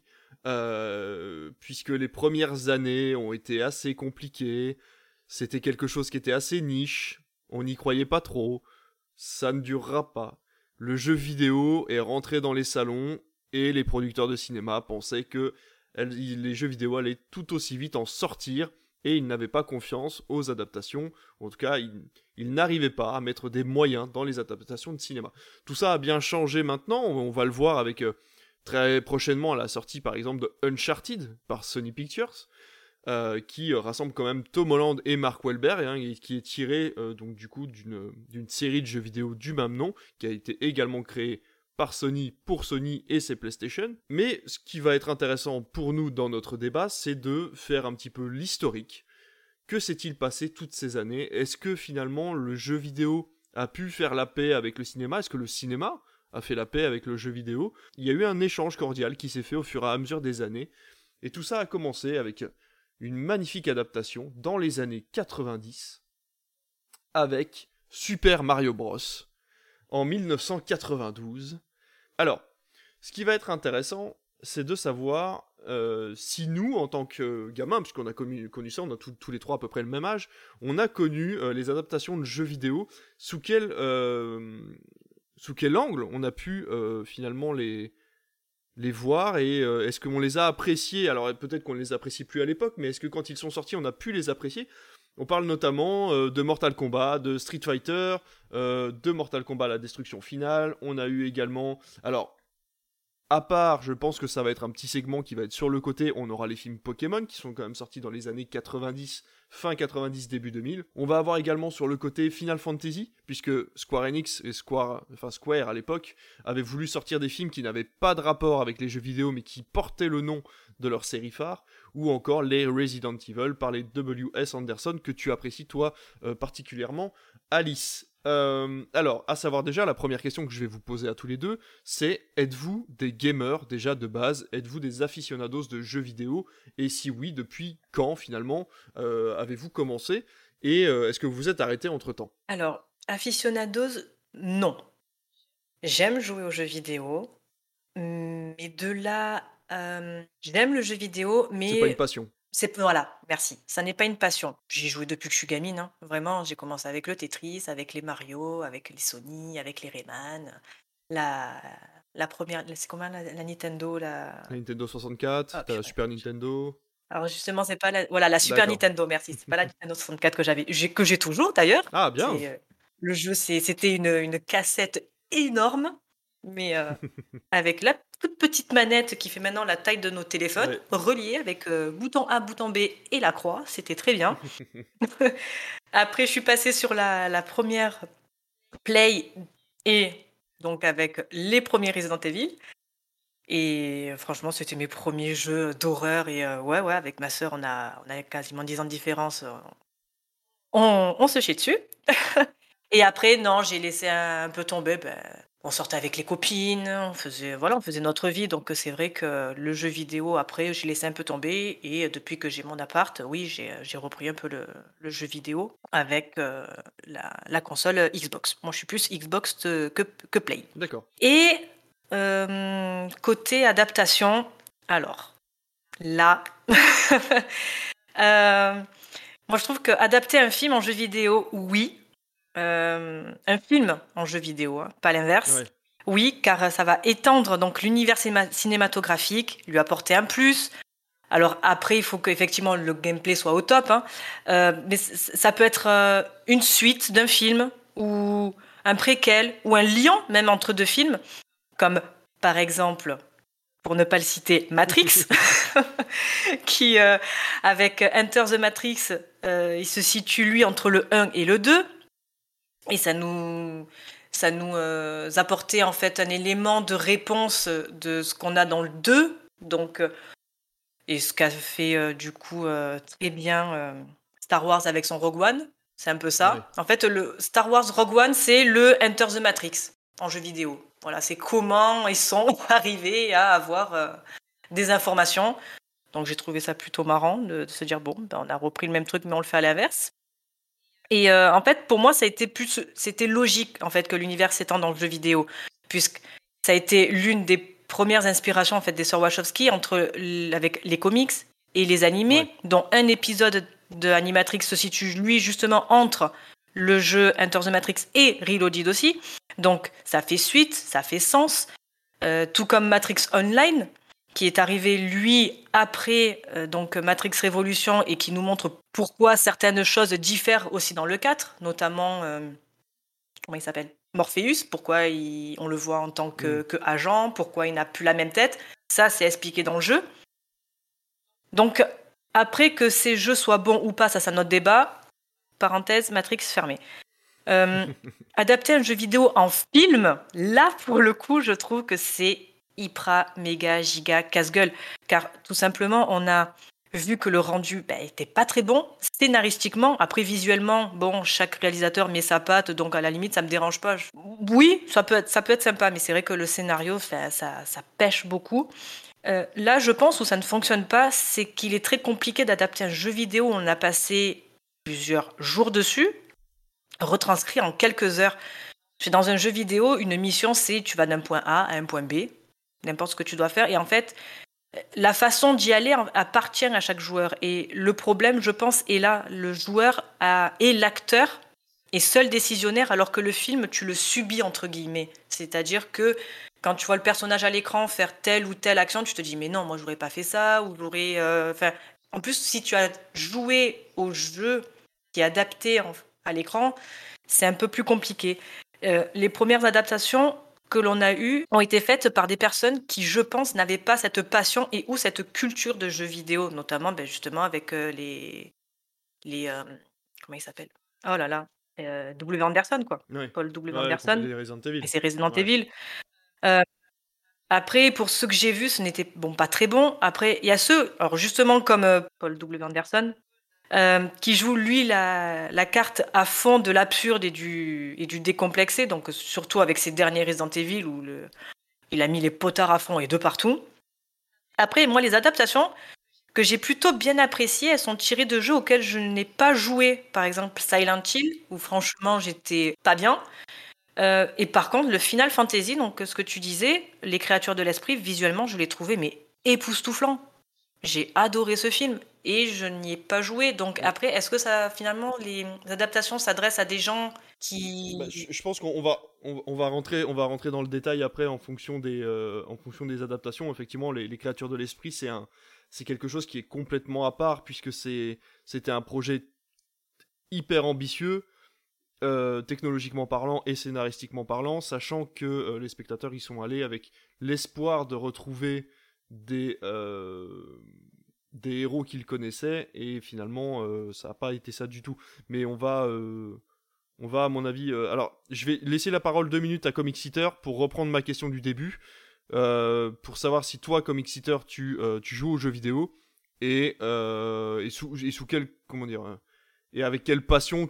puisque les premières années ont été assez compliquées, c'était quelque chose qui était assez niche, on n'y croyait pas trop, ça ne durera pas. Le jeu vidéo est rentré dans les salons et les producteurs de cinéma pensaient que les jeux vidéo allaient tout aussi vite en sortir et ils n'avaient pas confiance aux adaptations, en tout cas ils n'arrivaient pas à mettre des moyens dans les adaptations de cinéma. Tout ça a bien changé maintenant, on va le voir avec très prochainement la sortie par exemple de Uncharted par Sony Pictures, qui rassemble quand même Tom Holland et Mark Wahlberg, hein, et qui est tiré donc du coup d'une série de jeux vidéo du même nom, qui a été également créée par Sony pour Sony et ses PlayStation. Mais ce qui va être intéressant pour nous dans notre débat, c'est de faire un petit peu l'historique. Que s'est-il passé toutes ces années? Est-ce que finalement le jeu vidéo a pu faire la paix avec le cinéma? Est-ce que le cinéma a fait la paix avec le jeu vidéo? Il y a eu un échange cordial qui s'est fait au fur et à mesure des années. Et tout ça a commencé avec une magnifique adaptation dans les années 90 avec Super Mario Bros. En 1992. Alors, ce qui va être intéressant, c'est de savoir si nous, en tant que gamins, puisqu'on a connu ça, on a tous les trois à peu près le même âge, on a connu les adaptations de jeux vidéo, sous quel angle on a pu finalement les voir, et est-ce qu'on les a appréciés? Alors peut-être qu'on ne les apprécie plus à l'époque, mais est-ce que quand ils sont sortis, on a pu les apprécier? On parle notamment de Mortal Kombat, de Street Fighter, de Mortal Kombat la destruction finale. On a eu également... Alors, à part, je pense que ça va être un petit segment qui va être sur le côté, on aura les films Pokémon qui sont quand même sortis dans les années 90, fin 90, début 2000. On va avoir également sur le côté Final Fantasy, puisque Square Enix et Square à l'époque avaient voulu sortir des films qui n'avaient pas de rapport avec les jeux vidéo mais qui portaient le nom de leur série phare, ou encore les Resident Evil par les W.S. Anderson que tu apprécies toi particulièrement, Alice. Alors, à savoir déjà, la première question que je vais vous poser à tous les deux, c'est: êtes-vous des gamers déjà de base? Êtes-vous des aficionados de jeux vidéo? Et si oui, depuis quand finalement avez-vous commencé? Et est-ce que vous vous êtes arrêté entre-temps? Alors, aficionados, non. J'aime jouer aux jeux vidéo, mais de là, j'aime le jeu vidéo, C'est pas une mais passion. voilà, merci. Ça n'est pas une passion. J'y joué depuis que je suis gamine, hein. Vraiment, j'ai commencé avec le Tetris, avec les Mario, avec les Sony, avec les Rayman. La, la première, c'est comment la Nintendo, La Nintendo 64, Ah, t'as la purée. Super Nintendo. Alors justement, c'est pas la Super D'accord. Nintendo, merci. C'est pas la Nintendo 64 que j'ai toujours d'ailleurs. Ah, bien. Le jeu, c'était une cassette énorme, mais avec la toute petite manette qui fait maintenant la taille de nos téléphones, Ouais. reliée avec bouton A, bouton B et la croix. C'était très bien. Après, je suis passée sur la première Play, et donc avec les premiers Resident Evil. Et franchement, c'était mes premiers jeux d'horreur. Et ouais, avec ma sœur, on a quasiment 10 ans de différence. On se chie dessus. Et après, non, j'ai laissé un peu tomber. On sortait avec les copines, on faisait notre vie. Donc c'est vrai que le jeu vidéo, après, j'ai laissé un peu tomber. Et depuis que j'ai mon appart, oui, j'ai repris un peu le jeu vidéo avec la console Xbox. Moi, je suis plus Xbox que Play. D'accord. Et côté adaptation, alors là, moi je trouve que adapter un film en jeu vidéo, oui. Un film en jeu vidéo, hein, pas l'inverse. Ouais. Oui, car ça va étendre donc l'univers cinématographique, lui apporter un plus. Alors après, il faut qu'effectivement le gameplay soit au top, hein. Mais ça peut être une suite d'un film ou un préquel ou un lien même entre deux films, comme par exemple, pour ne pas le citer, Matrix, qui avec Enter the Matrix, il se situe lui entre le 1 et le 2. Et ça nous apportait en fait un élément de réponse de ce qu'on a dans le 2. Donc, et ce qu'a fait du coup très bien Star Wars avec son Rogue One. C'est un peu ça. Ouais. En fait, le Star Wars Rogue One, c'est le Enter the Matrix en jeu vidéo. Voilà, c'est comment ils sont arrivés à avoir des informations. Donc j'ai trouvé ça plutôt marrant de se dire, bon, on a repris le même truc, mais on le fait à l'inverse. Et en fait, pour moi, c'était logique en fait que l'univers s'étende dans le jeu vidéo, puisque ça a été l'une des premières inspirations en fait des sœurs Wachowski avec les comics et les animés, dont un épisode de Animatrix se situe lui justement entre le jeu Enter the Matrix et Reloaded aussi. Donc ça fait suite, ça fait sens. Tout comme Matrix Online, qui est arrivé lui après donc Matrix Révolution et qui nous montre pourquoi certaines choses diffèrent aussi dans le 4, notamment comment il s'appelle, Morpheus, pourquoi on le voit en tant que agent, pourquoi il n'a plus la même tête. Ça, c'est expliqué dans le jeu. Donc après que ces jeux soient bons ou pas, ça c'est un autre débat. Parenthèse, Matrix fermée. Adapter un jeu vidéo en film, là pour le coup, je trouve que c'est hyper, méga, giga, casse-gueule. Car tout simplement, on a vu que le rendu était pas très bon. Scénaristiquement, après visuellement, bon, chaque réalisateur met sa patte, donc à la limite, ça me dérange pas. Oui, ça peut être sympa, mais c'est vrai que le scénario, ça pêche beaucoup. Là, je pense où ça ne fonctionne pas, c'est qu'il est très compliqué d'adapter un jeu vidéo où on a passé plusieurs jours dessus, retranscrit en quelques heures. Dans un jeu vidéo, une mission, c'est tu vas d'un point A à un point B, n'importe ce que tu dois faire. Et en fait, la façon d'y aller appartient à chaque joueur. Et le problème, je pense, est là. Le joueur est l'acteur et seul décisionnaire, alors que le film, tu le subis, entre guillemets. C'est-à-dire que quand tu vois le personnage à l'écran faire telle ou telle action, tu te dis, mais non, moi, j'aurais pas fait ça, ou j'aurais... En plus, si tu as joué au jeu qui est adapté à l'écran, c'est un peu plus compliqué. Les premières adaptations que l'on a eues ont été faites par des personnes qui, je pense, n'avaient pas cette passion et ou cette culture de jeux vidéo, notamment justement avec les comment il s'appelle ? Oh là là, W. Anderson, quoi. Ouais. Paul W. Ouais, Anderson. les Resident Evil. Et c'est Resident Ouais. Evil. Après, pour ceux que j'ai vus, ce n'était pas très bon. Après, il y a ceux, alors justement comme Paul W. Anderson, qui joue lui la carte à fond de l'absurde et du décomplexé, donc surtout avec ses derniers Resident Evil où il a mis les potards à fond et de partout. Après, moi, les adaptations que j'ai plutôt bien appréciées, elles sont tirées de jeux auxquels je n'ai pas joué. Par exemple, Silent Hill, où franchement, j'étais pas bien. Et par contre, le Final Fantasy, donc ce que tu disais, les créatures de l'esprit, visuellement, je l'ai trouvé mais époustouflant. J'ai adoré ce film et je n'y ai pas joué. Donc après, est-ce que ça, finalement, les adaptations s'adressent à des gens qui... Je pense qu'on va rentrer dans le détail après en fonction des adaptations. Effectivement, les créatures de l'esprit, c'est quelque chose qui est complètement à part puisque c'était un projet hyper ambitieux. Technologiquement parlant et scénaristiquement parlant, sachant que les spectateurs y sont allés avec l'espoir de retrouver des héros qu'ils connaissaient, et finalement ça n'a pas été ça du tout. Mais on va à mon avis... alors, je vais laisser la parole 2 minutes à Comic Eater pour reprendre ma question du début, pour savoir si toi, Comic Eater, tu joues aux jeux vidéo, et sous quel... comment dire... et avec quelle passion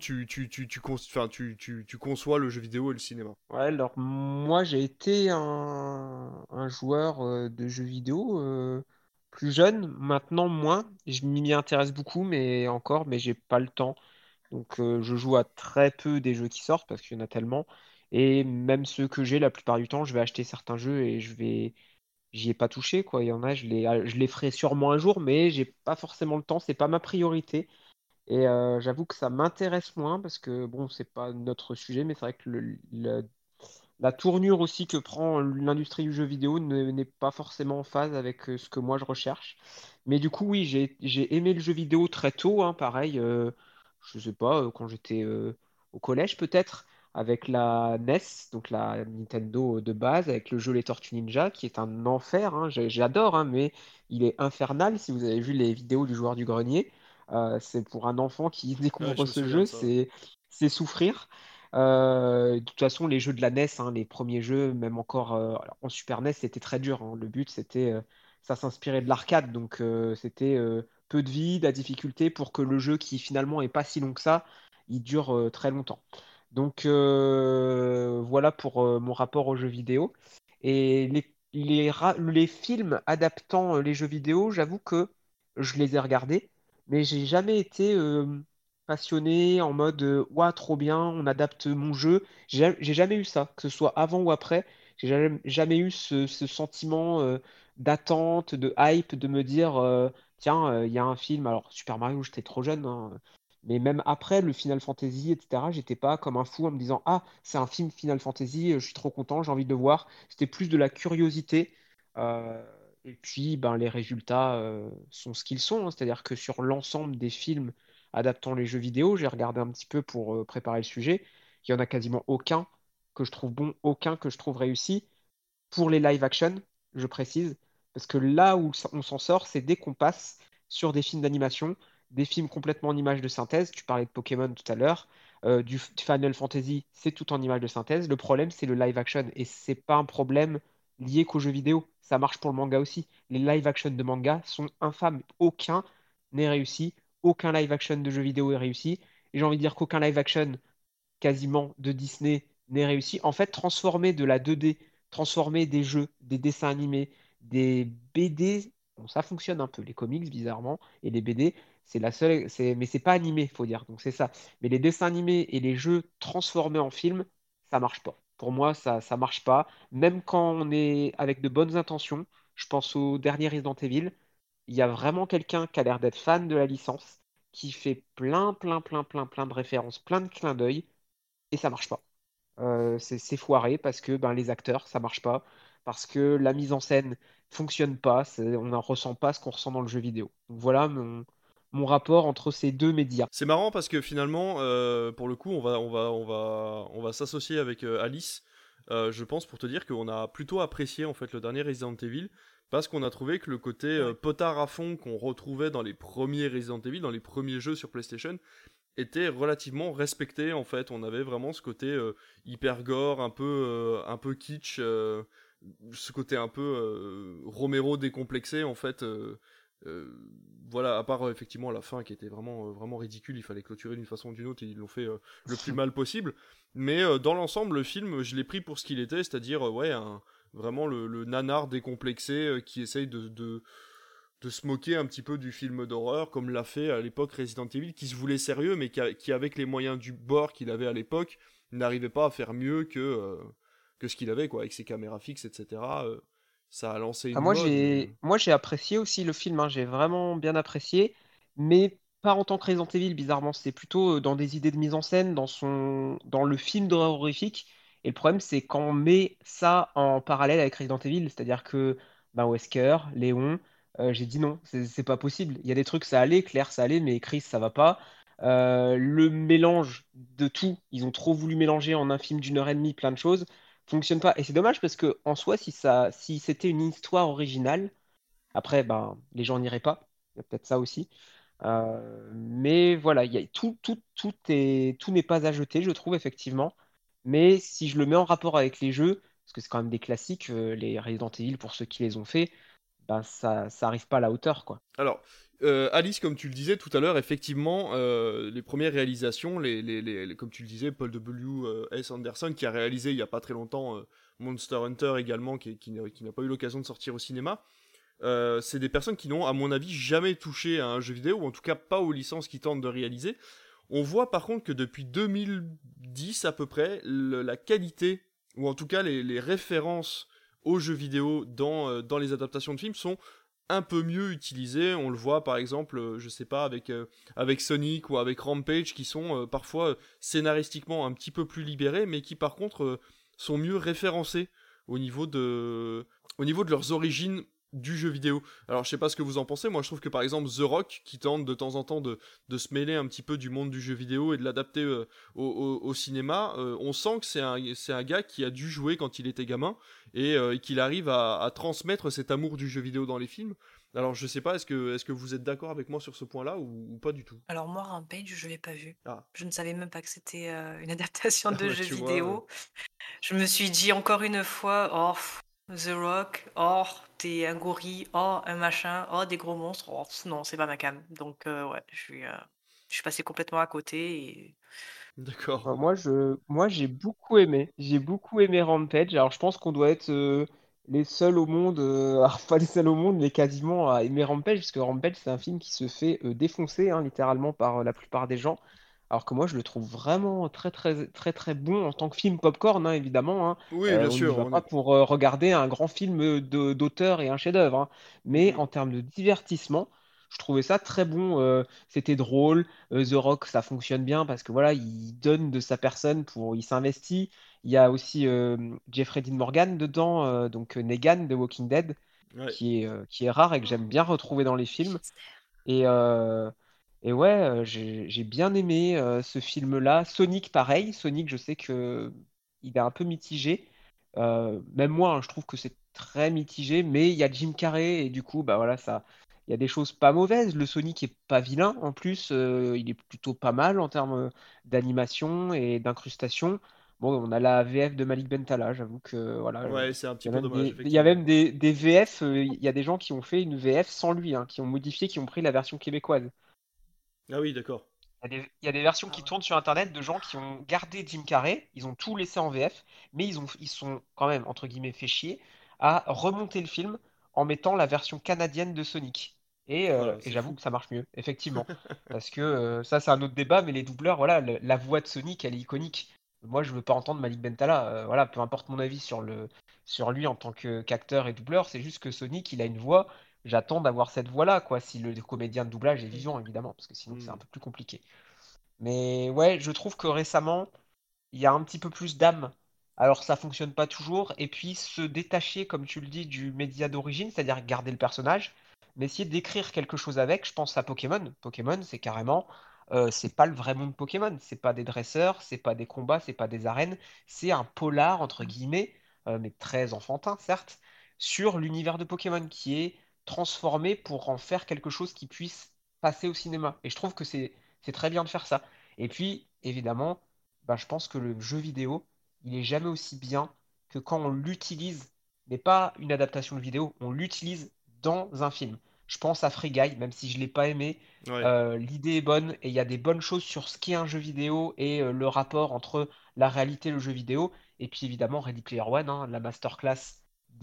tu conçois le jeu vidéo et le cinéma. Ouais, alors moi j'ai été un joueur de jeux vidéo plus jeune, maintenant moins. Je m'y intéresse beaucoup, mais j'ai pas le temps. Donc je joue à très peu des jeux qui sortent parce qu'il y en a tellement. Et même ceux que j'ai, la plupart du temps, je vais acheter certains jeux et j'y ai pas touché, quoi. Il y en a, je les ferai sûrement un jour, mais j'ai pas forcément le temps, c'est pas ma priorité. Et j'avoue que ça m'intéresse moins parce que bon, c'est pas notre sujet, mais c'est vrai que la tournure aussi que prend l'industrie du jeu vidéo n'est pas forcément en phase avec ce que moi je recherche. Mais du coup, oui, j'ai aimé le jeu vidéo très tôt, hein, pareil, je sais pas, quand j'étais au collège peut-être, avec la NES, donc la Nintendo de base, avec le jeu Les Tortues Ninja, qui est un enfer, hein, j'adore, hein, mais il est infernal. Si vous avez vu les vidéos du joueur du grenier, c'est pour un enfant qui Ouais, découvre je me ce souviens de jeu, ça. Ouais. c'est souffrir. De toute façon, les jeux de la NES, hein, les premiers jeux, même encore en Super NES, c'était très dur, hein. Le but, c'était, ça s'inspirait de l'arcade, donc c'était peu de vie, de la difficulté pour que le jeu, qui finalement est pas si long que ça, il dure très longtemps. Donc voilà pour mon rapport aux jeux vidéo. Et les films adaptant les jeux vidéo, j'avoue que je les ai regardés, mais j'ai jamais été passionné en mode ouah, trop bien, on adapte mon jeu. J'ai jamais eu ça, que ce soit avant ou après. J'ai jamais eu ce sentiment d'attente, de hype, de me dire tiens, il y a un film. Alors, Super Mario, j'étais trop jeune, hein, mais même après le Final Fantasy, etc., j'étais pas comme un fou en me disant ah, c'est un film Final Fantasy, je suis trop content, j'ai envie de le voir. C'était plus de la curiosité. euh, et puis, ben, les résultats sont ce qu'ils sont, hein. C'est-à-dire que sur l'ensemble des films adaptant les jeux vidéo, j'ai regardé un petit peu pour préparer le sujet. Il y en a quasiment aucun que je trouve bon, aucun que je trouve réussi. Pour les live action, je précise, parce que là où on s'en sort, c'est dès qu'on passe sur des films d'animation, des films complètement en images de synthèse. Tu parlais de Pokémon tout à l'heure, du Final Fantasy, c'est tout en images de synthèse. Le problème, c'est le live action, et c'est pas un problème lié qu'aux jeux vidéo. Ça marche pour le manga aussi. Les live action de manga sont infâmes. Aucun n'est réussi. Aucun live action de jeu vidéo est réussi. Et j'ai envie de dire qu'aucun live action quasiment de Disney n'est réussi. En fait, transformer de la 2D, transformer des jeux, des dessins animés, des BD, bon, ça fonctionne un peu. Les comics, bizarrement, et les BD, c'est la seule, mais c'est pas animé, faut dire. Donc c'est ça. Mais les dessins animés et les jeux transformés en film, ça marche pas. Pour moi, ça marche pas. Même quand on est avec de bonnes intentions, je pense au dernier Resident Evil, il y a vraiment quelqu'un qui a l'air d'être fan de la licence, qui fait plein de références, plein de clins d'œil, et ça marche pas. C'est foiré parce que ben, les acteurs, ça marche pas, parce que la mise en scène fonctionne pas, on n'en ressent pas ce qu'on ressent dans le jeu vidéo. Donc voilà mon rapport entre ces deux médias. C'est marrant parce que finalement, pour le coup, on va s'associer avec Alice. Je pense pour te dire qu'on a plutôt apprécié en fait le dernier Resident Evil parce qu'on a trouvé que le côté Ouais. potard à fond qu'on retrouvait dans les premiers Resident Evil, dans les premiers jeux sur PlayStation, était relativement respecté en fait. On avait vraiment ce côté hyper gore, un peu kitsch, ce côté un peu Romero décomplexé en fait. Euh, voilà, à part effectivement la fin qui était vraiment ridicule, il fallait clôturer d'une façon ou d'une autre et ils l'ont fait le plus mal possible. Mais dans l'ensemble, le film, je l'ai pris pour ce qu'il était, c'est-à-dire ouais, vraiment le nanar décomplexé qui essaye de se moquer un petit peu du film d'horreur, comme l'a fait à l'époque Resident Evil, qui se voulait sérieux, mais qui avec les moyens du bord qu'il avait à l'époque, n'arrivait pas à faire mieux que ce qu'il avait, quoi, avec ses caméras fixes, etc. Ça a lancé Ah, une mode, mais... moi j'ai apprécié aussi le film, hein, j'ai vraiment bien apprécié, mais pas en tant que Resident Evil, bizarrement. C'est plutôt dans des idées de mise en scène, dans le film d'horreur horrifique. Et le problème, c'est quand on met ça en parallèle avec Resident Evil, c'est-à-dire que bah, Wesker, Léon, j'ai dit non, c'est pas possible. Il y a des trucs, ça allait, Claire, ça allait, mais Chris, ça va pas. Le mélange de tout, ils ont trop voulu mélanger en un film d'une heure et demie plein de choses, fonctionne pas. Et c'est dommage parce que en soi, si c'était une histoire originale, après, ben, les gens n'iraient pas. Il y a peut-être ça aussi. Mais voilà, tout n'est pas à jeter, je trouve, effectivement. Mais si je le mets en rapport avec les jeux, parce que c'est quand même des classiques, les Resident Evil, pour ceux qui les ont fait, ça arrive pas à la hauteur, quoi. Alors, Alice, comme tu le disais tout à l'heure, effectivement, les premières réalisations, comme tu le disais, Paul W. S. Anderson, qui a réalisé il n'y a pas très longtemps Monster Hunter également, qui n'a pas eu l'occasion de sortir au cinéma, c'est des personnes qui n'ont, à mon avis, jamais touché à un jeu vidéo, ou en tout cas pas aux licences qu'ils tentent de réaliser. On voit par contre que depuis 2010 à peu près, la qualité, ou en tout cas les références aux jeux vidéo dans les adaptations de films sont un peu mieux utilisées. On le voit par exemple, je sais pas, avec Sonic ou avec Rampage, qui sont parfois scénaristiquement un petit peu plus libérés, mais qui par contre sont mieux référencés au niveau de leurs origines du jeu vidéo. Alors je sais pas ce que vous en pensez, moi je trouve que par exemple The Rock, qui tente de temps en temps de se mêler un petit peu du monde du jeu vidéo et de l'adapter au cinéma, on sent que c'est un gars qui a dû jouer quand il était gamin, et qu'il arrive à transmettre cet amour du jeu vidéo dans les films. Alors je sais pas, est-ce que vous êtes d'accord avec moi sur ce point-là, ou pas du tout? Alors moi, Rampage, je l'ai pas vu. Ah, Je ne savais même pas que c'était une adaptation de bah, jeu tu vois, vidéo. Je me suis dit encore une fois, oh, The Rock, oh, t'es un gorille, oh, un machin, oh, des gros monstres. Oh, non, c'est pas ma came. Donc, ouais, je suis passée complètement à côté. Et... d'accord. Moi, j'ai beaucoup aimé Rampage. Alors, je pense qu'on doit être les seuls au monde, alors pas les seuls au monde, mais quasiment à aimer Rampage, parce que Rampage, c'est un film qui se fait défoncer, hein, littéralement, par la plupart des gens. Alors que moi, je le trouve vraiment très, très, très, très bon en tant que film popcorn, hein, évidemment, hein. Oui, bien On n'y sûr, va on pas est... pour regarder un grand film d'auteur et un chef-d'œuvre, hein. Mm, Mais mm. en termes de divertissement, je trouvais ça très bon. C'était drôle. The Rock, ça fonctionne bien parce que voilà, il donne de sa personne il s'investit. Il y a aussi Jeffrey Dean Morgan dedans, donc Negan de Walking Dead, Ouais. qui est rare et que j'aime bien retrouver dans les films. Et, euh, et ouais, j'ai bien aimé ce film-là. Sonic, pareil. Sonic, je sais que il est un peu mitigé. Même moi, hein, je trouve que c'est très mitigé, mais il y a Jim Carrey et du coup, bah voilà, ça, il y a des choses pas mauvaises. Le Sonic est pas vilain. En plus, il est plutôt pas mal en termes d'animation et d'incrustation. Bon, on a la VF de Malik Bentala, j'avoue que voilà. Ouais, c'est un Il petit y a peu même dommage, il y a effectivement. même des VF, il y a des gens qui ont fait une VF sans lui, hein, qui ont modifié, qui ont pris la version québécoise. Ah oui, d'accord. Il y a des versions Ah qui ouais. tournent sur Internet de gens qui ont gardé Jim Carrey, ils ont tout laissé en VF, mais ils sont quand même, entre guillemets, fait chier à remonter le film en mettant la version canadienne de Sonic. Voilà, Et c'est j'avoue fou. que ça marche mieux, effectivement. Parce que ça, c'est un autre débat, mais les doubleurs, voilà, la voix de Sonic, elle est iconique. Moi, je veux pas entendre Malik Bentala, voilà, peu importe mon avis sur lui en tant qu'acteur et doubleur, c'est juste que Sonic, il a une voix. J'attends d'avoir cette voix-là, quoi, si le comédien de doublage est vivant, évidemment, parce que sinon, c'est un Mm. peu plus compliqué. Mais ouais, je trouve que récemment, il y a un petit peu plus d'âme. Alors ça fonctionne pas toujours. Et puis se détacher, comme tu le dis, du média d'origine, c'est-à-dire garder le personnage, mais essayer d'écrire quelque chose avec. Je pense à Pokémon. Pokémon, c'est carrément, c'est pas le vrai monde Pokémon. C'est pas des dresseurs, c'est pas des combats, c'est pas des arènes. C'est un polar entre guillemets, mais très enfantin, certes, sur l'univers de Pokémon qui est transformé pour en faire quelque chose qui puisse passer au cinéma. Et je trouve que c'est très bien de faire ça. Et puis, évidemment, bah, je pense que le jeu vidéo, il est jamais aussi bien que quand on l'utilise, mais pas une adaptation de vidéo, on l'utilise dans un film. Je pense à Free Guy, même si je l'ai pas aimé, Ouais. l'idée est bonne et il y a des bonnes choses sur ce qu'est un jeu vidéo et le rapport entre la réalité et le jeu vidéo. Et puis évidemment Ready Player One, hein, la masterclass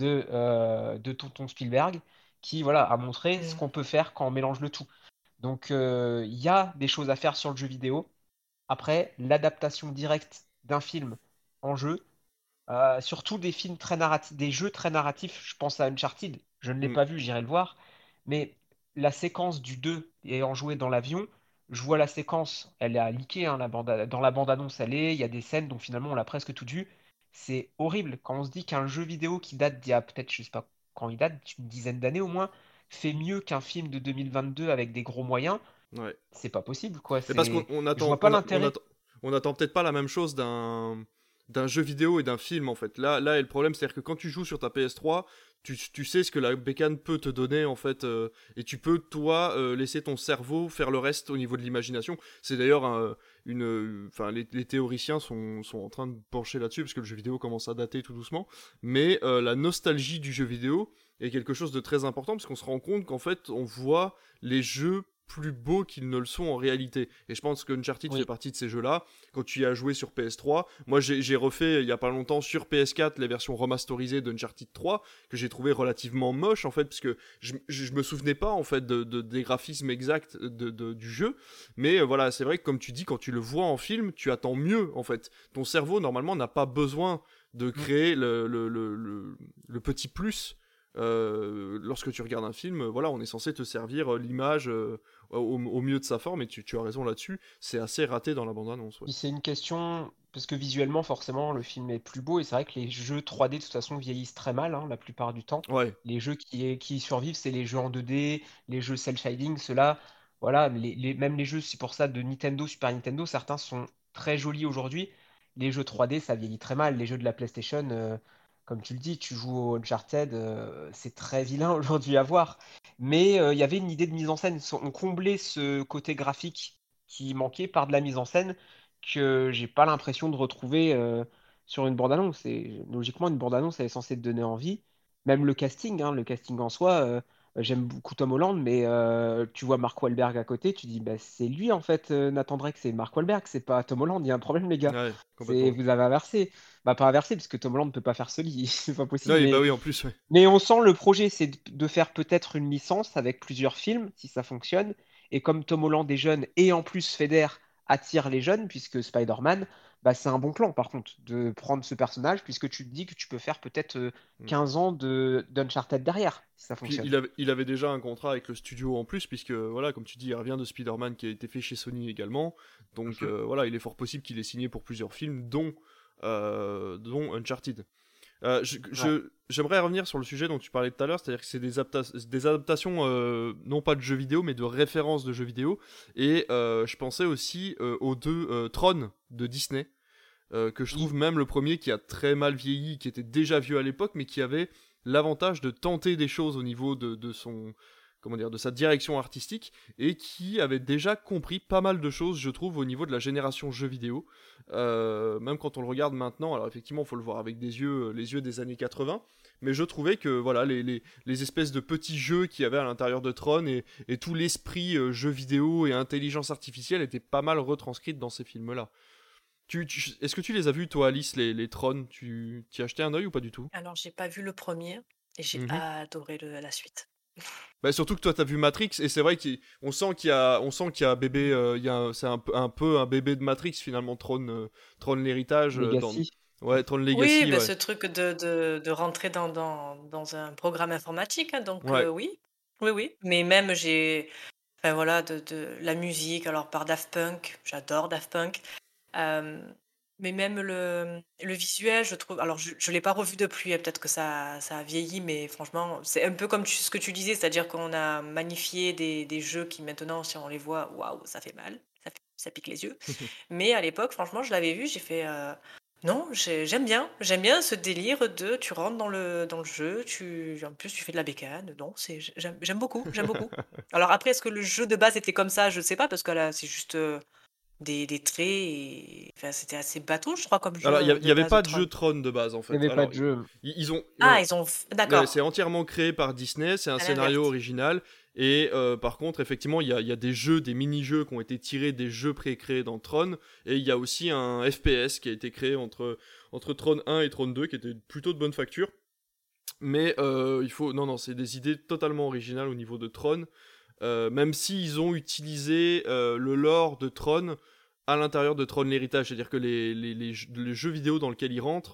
de Tonton Spielberg, qui voilà, a montré ce Mm. qu'on peut faire quand on mélange le tout. Donc il y a des choses à faire sur le jeu vidéo. Après, l'adaptation directe d'un film en jeu, surtout des films très narratifs, des jeux très narratifs, je pense à Uncharted, je ne l'ai Mm. pas vu, j'irai le voir, mais la séquence du 2 ayant joué dans l'avion, je vois la séquence, elle est à leaker, hein, dans la bande-annonce, elle est, il y a des scènes, donc finalement on l'a presque tout vu. C'est horrible quand on se dit qu'un jeu vidéo qui date d'il y a peut-être, je sais pas quand il date, une dizaine d'années au moins, fait mieux qu'un film de 2022 avec des gros moyens, Ouais. c'est pas possible, quoi. Mais parce qu'on Je attend, vois pas l'intérêt. on attend peut-être pas la même chose d'un jeu vidéo et d'un film en fait. Là est le problème, c'est-à-dire que quand tu joues sur ta PS3, tu sais ce que la bécane peut te donner en fait, et tu peux toi laisser ton cerveau faire le reste au niveau de l'imagination. C'est d'ailleurs enfin les théoriciens sont en train de pencher là-dessus parce que le jeu vidéo commence à dater tout doucement. Mais la nostalgie du jeu vidéo est quelque chose de très important, parce qu'on se rend compte qu'en fait, on voit les jeux plus beaux qu'ils ne le sont en réalité. Et je pense que Uncharted fait partie de ces jeux-là. Quand tu y as joué sur PS3, moi j'ai refait il y a pas longtemps sur PS4 les versions remasterisées d'Uncharted 3, que j'ai trouvé relativement moche en fait, parce que je me souvenais pas en fait des graphismes exacts du jeu. Mais voilà, c'est vrai que comme tu dis, quand tu le vois en film, tu attends mieux en fait. Ton cerveau normalement n'a pas besoin de créer le petit plus. Lorsque tu regardes un film, voilà, on est censé te servir l'image au mieux de sa forme, et tu as raison là-dessus, c'est assez raté dans la bande-annonce. Ouais. Puis c'est une question, parce que visuellement, forcément, le film est plus beau, et c'est vrai que les jeux 3D, de toute façon, vieillissent très mal, hein, la plupart du temps. Ouais. Les jeux qui survivent, c'est les jeux en 2D, les jeux cel-shading, ceux-là, voilà, même les jeux, c'est pour ça, de Nintendo, Super Nintendo, certains sont très jolis aujourd'hui. Les jeux 3D, ça vieillit très mal. Les jeux de la PlayStation, comme tu le dis, tu joues au Uncharted, c'est très vilain aujourd'hui à voir. Mais il y avait une idée de mise en scène. On comblait ce côté graphique qui manquait par de la mise en scène que j'ai pas l'impression de retrouver sur une bande-annonce. Et logiquement, une bande-annonce, elle est censée te donner envie. Même le casting, hein, le casting en soi, j'aime beaucoup Tom Holland, mais tu vois Mark Wahlberg à côté, tu dis, bah, c'est lui en fait, Nathan Drake, c'est Mark Wahlberg, c'est pas Tom Holland, il y a un problème, les gars. Ouais, C'est, complètement. vous avez inversé. Bah, pas inversé, parce que Tom Holland ne peut pas faire ce lit, c'est pas possible. Ouais, bah oui, en plus, ouais. Mais on sent le projet, c'est de faire peut-être une licence avec plusieurs films, si ça fonctionne. Et comme Tom Holland est jeune, et en plus Feder attire les jeunes, puisque Spider-Man, bah, c'est un bon plan par contre, de prendre ce personnage, puisque tu te dis que tu peux faire peut-être Mm. 15 ans d'Uncharted derrière, si ça Puis fonctionne. il avait déjà un contrat avec le studio en plus, puisque voilà, comme tu dis, il revient de Spider-Man qui a été fait chez Sony également. Donc voilà, il est fort possible qu'il ait signé pour plusieurs films, dont Uncharted. J'aimerais revenir sur le sujet dont tu parlais tout à l'heure, c'est-à-dire que c'est des adaptations, non pas de jeux vidéo, mais de références de jeux vidéo. Et je pensais aussi aux deux Tron de Disney, que je trouve même le premier qui a très mal vieilli, qui était déjà vieux à l'époque, mais qui avait l'avantage de tenter des choses au niveau de son, comment dire, de sa direction artistique, et qui avait déjà compris pas mal de choses, je trouve, au niveau de la génération jeux vidéo. Même quand on le regarde maintenant, alors effectivement, il faut le voir avec les yeux des années 80, mais je trouvais que voilà, les espèces de petits jeux qu'il y avait à l'intérieur de Tron, et tout l'esprit jeu vidéo et intelligence artificielle était pas mal retranscrite dans ces films-là. Est-ce que tu les as vus, toi, Alice, les Tron? Tu as acheté un œil ou pas du tout? Alors, j'ai pas vu le premier et j'ai Mhm. adoré la suite. Bah, surtout que toi, t'as vu Matrix, et c'est vrai qu'on sent qu'il y a bébé, c'est un peu un bébé de Matrix, finalement, Tron l'héritage, Legacy. ouais, Tron Oui, Legacy, bah, ouais. ce truc de rentrer dans un programme informatique, hein, donc Ouais. oui, oui, oui. Mais même enfin voilà, de la musique, alors par Daft Punk, j'adore Daft Punk. Euh, mais même le visuel, je trouve. Alors, je l'ai pas revu depuis, hein, peut-être que ça a vieilli, mais franchement, c'est un peu comme ce que tu disais, c'est-à-dire qu'on a magnifié des jeux qui maintenant, si on les voit, waouh, ça fait mal, ça pique les yeux. Mais à l'époque, franchement, je l'avais vu, j'ai fait. Non, j'aime bien ce délire de tu rentres dans le jeu, en plus tu fais de la bécane. Non, j'aime beaucoup, j'aime beaucoup. Alors après, est-ce que le jeu de base était comme ça? Je sais pas, parce que là, c'est juste des traits et enfin, c'était assez bateau, je crois, comme Alors, jeu il y de avait base de pas de Tron. jeu Tron de base, en Il n'y fait. avait pas Alors, de jeu. ils ont... Ah, ouais, d'accord, c'est entièrement créé par Disney, c'est un à scénario l'inverse. original, et par contre, effectivement, il y a des jeux, des mini-jeux qui ont été tirés des jeux pré-créés dans Tron, et il y a aussi un FPS qui a été créé entre Tron 1 et Tron 2, qui était plutôt de bonne facture. Mais non, c'est des idées totalement originales au niveau de Tron, même s'ils ont utilisé le lore de Tron à l'intérieur de Tron l'héritage, c'est-à-dire que les jeux vidéo dans lesquels ils rentrent,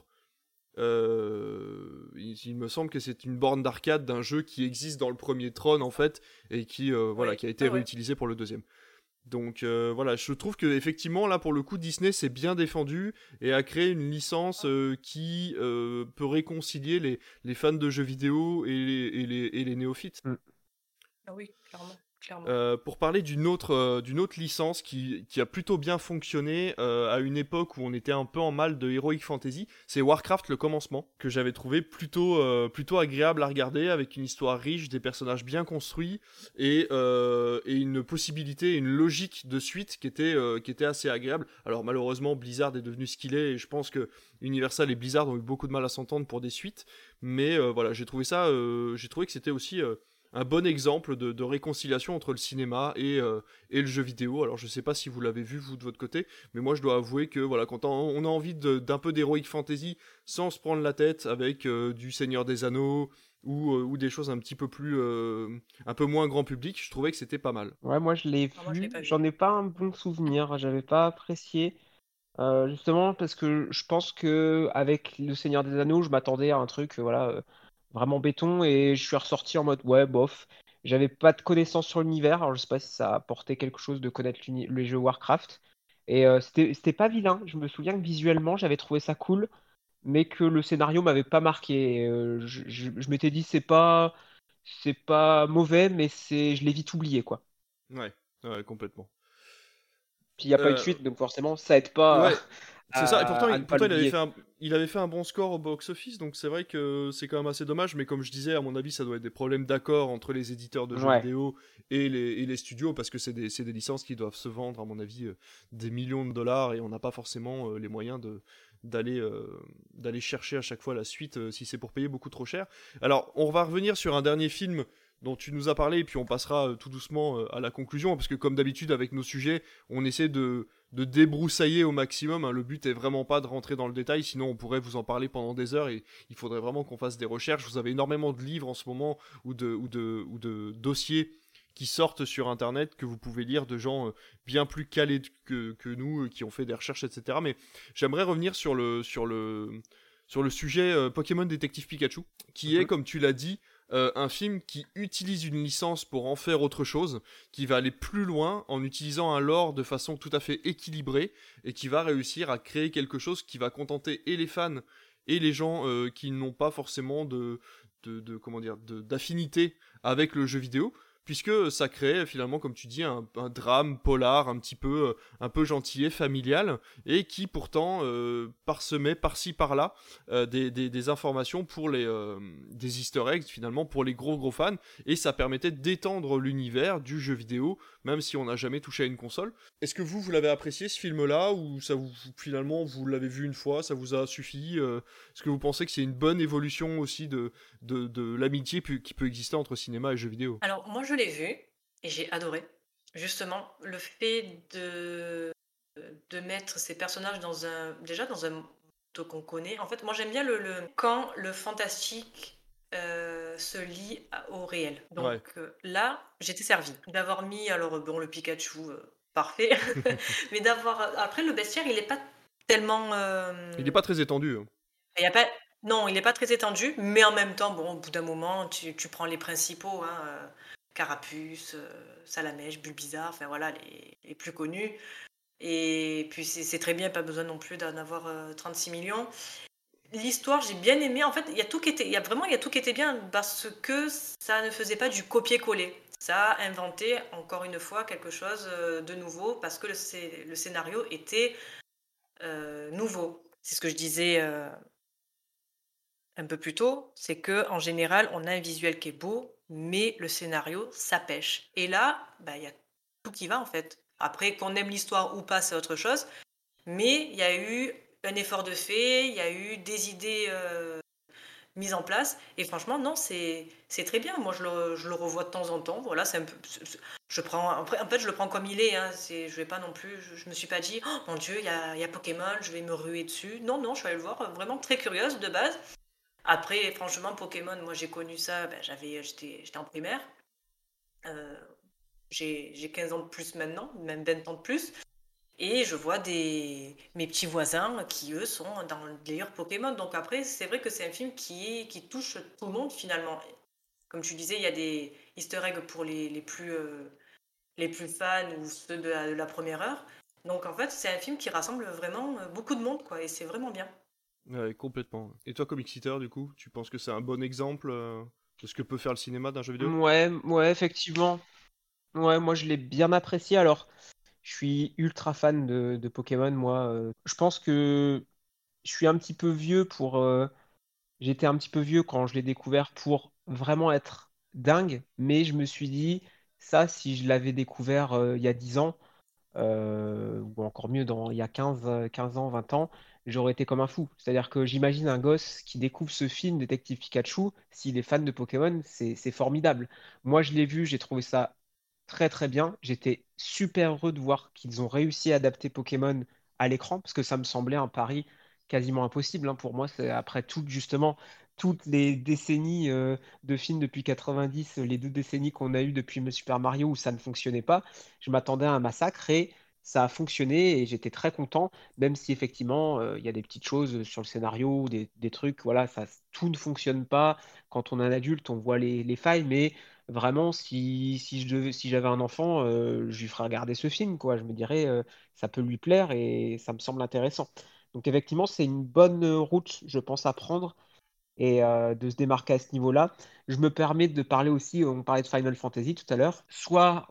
il me semble que c'est une borne d'arcade d'un jeu qui existe dans le premier Tron en fait, et qui voilà, Oui, qui a été ouais, ouais. réutilisé pour le deuxième. Donc voilà, je trouve que effectivement là pour le coup Disney s'est bien défendu et a créé une licence qui peut réconcilier les fans de jeux vidéo et les néophytes. Mm. Ah oui, clairement. Pour parler d'une autre licence qui a plutôt bien fonctionné à une époque où on était un peu en mal de Heroic Fantasy, c'est Warcraft le commencement, que j'avais trouvé plutôt agréable à regarder, avec une histoire riche, des personnages bien construits et une possibilité, une logique de suite qui était assez agréable. Alors malheureusement Blizzard est devenu ce qu'il est et je pense que Universal et Blizzard ont eu beaucoup de mal à s'entendre pour des suites, mais voilà, j'ai trouvé que c'était aussi un bon exemple de réconciliation entre le cinéma et le jeu vidéo. Alors je sais pas si vous l'avez vu vous de votre côté, mais moi je dois avouer que voilà, quand on a envie d'un peu d'heroic fantasy sans se prendre la tête avec du Seigneur des Anneaux ou des choses un petit peu plus un peu moins grand public, je trouvais que c'était pas mal. Ouais, moi je l'ai Ah, moi, je l'ai vu, pas vu. j'en ai pas un bon souvenir, j'avais pas apprécié. Justement parce que je pense que avec Le Seigneur des Anneaux, je m'attendais à un truc voilà, vraiment béton et je suis ressorti en mode ouais, bof. J'avais pas de connaissances sur l'univers, alors je sais pas si ça a apporté quelque chose de connaître les jeux Warcraft. Et c'était pas vilain. Je me souviens que visuellement, j'avais trouvé ça cool, mais que le scénario m'avait pas marqué. Et, je m'étais dit c'est pas mauvais, mais je l'ai vite oublié quoi. Ouais, ouais, complètement. Puis il n'y a pas eu de Euh, suite, donc forcément ça aide pas ouais, c'est ça. Et pourtant, à ne pas l'oublier. il avait fait un bon score au box-office, donc c'est vrai que c'est quand même assez dommage. Mais comme je disais, à mon avis, ça doit être des problèmes d'accord entre les éditeurs de jeux Ouais. vidéo et les studios, parce que c'est des licences qui doivent se vendre, à mon avis, des millions de dollars, et on n'a pas forcément les moyens d'aller chercher à chaque fois la suite si c'est pour payer beaucoup trop cher. Alors, on va revenir sur un dernier film dont tu nous as parlé, et puis on passera tout doucement à la conclusion, parce que comme d'habitude avec nos sujets, on essaie de débroussailler au maximum, hein. Le but est vraiment pas de rentrer dans le détail, sinon on pourrait vous en parler pendant des heures et il faudrait vraiment qu'on fasse des recherches. Vous avez énormément de livres en ce moment ou de dossiers qui sortent sur internet que vous pouvez lire de gens bien plus calés que nous, qui ont fait des recherches, etc. Mais j'aimerais revenir sur le sujet Pokémon Détective Pikachu, qui est, comme tu l'as dit, un film qui utilise une licence pour en faire autre chose, qui va aller plus loin en utilisant un lore de façon tout à fait équilibrée et qui va réussir à créer quelque chose qui va contenter et les fans et les gens qui n'ont pas forcément comment dire, d'affinité avec le jeu vidéo, puisque ça crée finalement, comme tu dis, un drame polar un peu gentillet, familial, et qui pourtant parsemait par-ci par-là des informations pour des easter eggs finalement pour les gros fans, et ça permettait d'étendre l'univers du jeu vidéo même si on n'a jamais touché à une console. Est-ce que vous l'avez apprécié ce film-là, ou finalement vous l'avez vu une fois, ça vous a suffi Est-ce que vous pensez que c'est une bonne évolution aussi de l'amitié qui peut exister entre cinéma et jeux vidéo? Alors, moi, je l'ai vu et j'ai adoré. Justement, le fait de mettre ces personnages déjà dans un monde qu'on connaît. En fait, moi, j'aime bien quand le fantastique se lie au réel. Donc Ouais. là, j'étais servie. D'avoir mis, alors bon, le Pikachu, parfait, mais après, le bestiaire, il n'est pas tellement... Il n'est pas très étendu, hein. il y a pas... Non, il n'est pas très étendu, mais en même temps, bon, au bout d'un moment, tu prends les principaux, hein, Carapuce, Salamèche, Bulbizarre, enfin voilà, les plus connus. Et puis c'est très bien, pas besoin non plus d'en avoir 36 millions. L'histoire, j'ai bien aimé. En fait, il y a tout qui était bien parce que ça ne faisait pas du copier-coller. Ça a inventé encore une fois quelque chose de nouveau parce que le scénario était nouveau. C'est ce que je disais un peu plus tôt, c'est que en général, on a un visuel qui est beau, mais le scénario, ça pêche. Et là, bah, il y a tout qui va en fait. Après, qu'on aime l'histoire ou pas, c'est autre chose. Mais il y a eu un effort de fait, il y a eu des idées mises en place. Et franchement, non, c'est très bien. Moi, je le revois de temps en temps. Voilà, c'est un peu, en fait, je le prends comme il est. Hein. Je vais pas non plus. Je me suis pas dit, oh mon Dieu, il y a Pokémon, je vais me ruer dessus. Non, non, je suis allée le voir vraiment très curieuse de base. Après, franchement, Pokémon, moi j'ai connu ça, ben, j'étais en primaire. Euh, j'ai 15 ans de plus maintenant, même 20 ans de plus. Et je vois mes petits voisins qui, eux, sont dans le délire Pokémon. Donc après, c'est vrai que c'est un film qui touche tout le monde finalement. Comme tu disais, il y a des easter eggs pour les plus fans ou ceux de la première heure. Donc en fait, c'est un film qui rassemble vraiment beaucoup de monde, quoi. Et c'est vraiment bien. Ouais, complètement. Et toi, Comic Seater, du coup, tu penses que c'est un bon exemple de ce que peut faire le cinéma d'un jeu vidéo? Ouais, effectivement. Ouais, moi je l'ai bien apprécié. Alors, je suis ultra fan de Pokémon, moi. Je pense que je suis un petit peu vieux pour. J'étais un petit peu vieux quand je l'ai découvert pour vraiment être dingue, mais je me suis dit, ça, si je l'avais découvert il y a 10 ans, ou encore mieux, il y a 15 ans, 20 ans, j'aurais été comme un fou. C'est-à-dire que j'imagine un gosse qui découvre ce film, Détective Pikachu, s'il est fan de Pokémon, c'est formidable. Moi, je l'ai vu, j'ai trouvé ça très très bien. J'étais super heureux de voir qu'ils ont réussi à adapter Pokémon à l'écran, parce que ça me semblait un pari quasiment impossible, hein. Pour moi, c'est après tout, justement, toutes les décennies de films depuis 90, les 2 décennies qu'on a eues depuis Super Mario où ça ne fonctionnait pas, je m'attendais à un massacre et ça a fonctionné et j'étais très content, même si effectivement il y a des petites choses sur le scénario, des trucs, voilà, tout ne fonctionne pas. Quand on est un adulte, on voit les failles, mais vraiment, si j'avais un enfant, je lui ferais regarder ce film, quoi. Je me dirais, ça peut lui plaire et ça me semble intéressant. Donc effectivement, c'est une bonne route, je pense, à prendre et de se démarquer à ce niveau-là. Je me permets de parler aussi, on parlait de Final Fantasy tout à l'heure, soit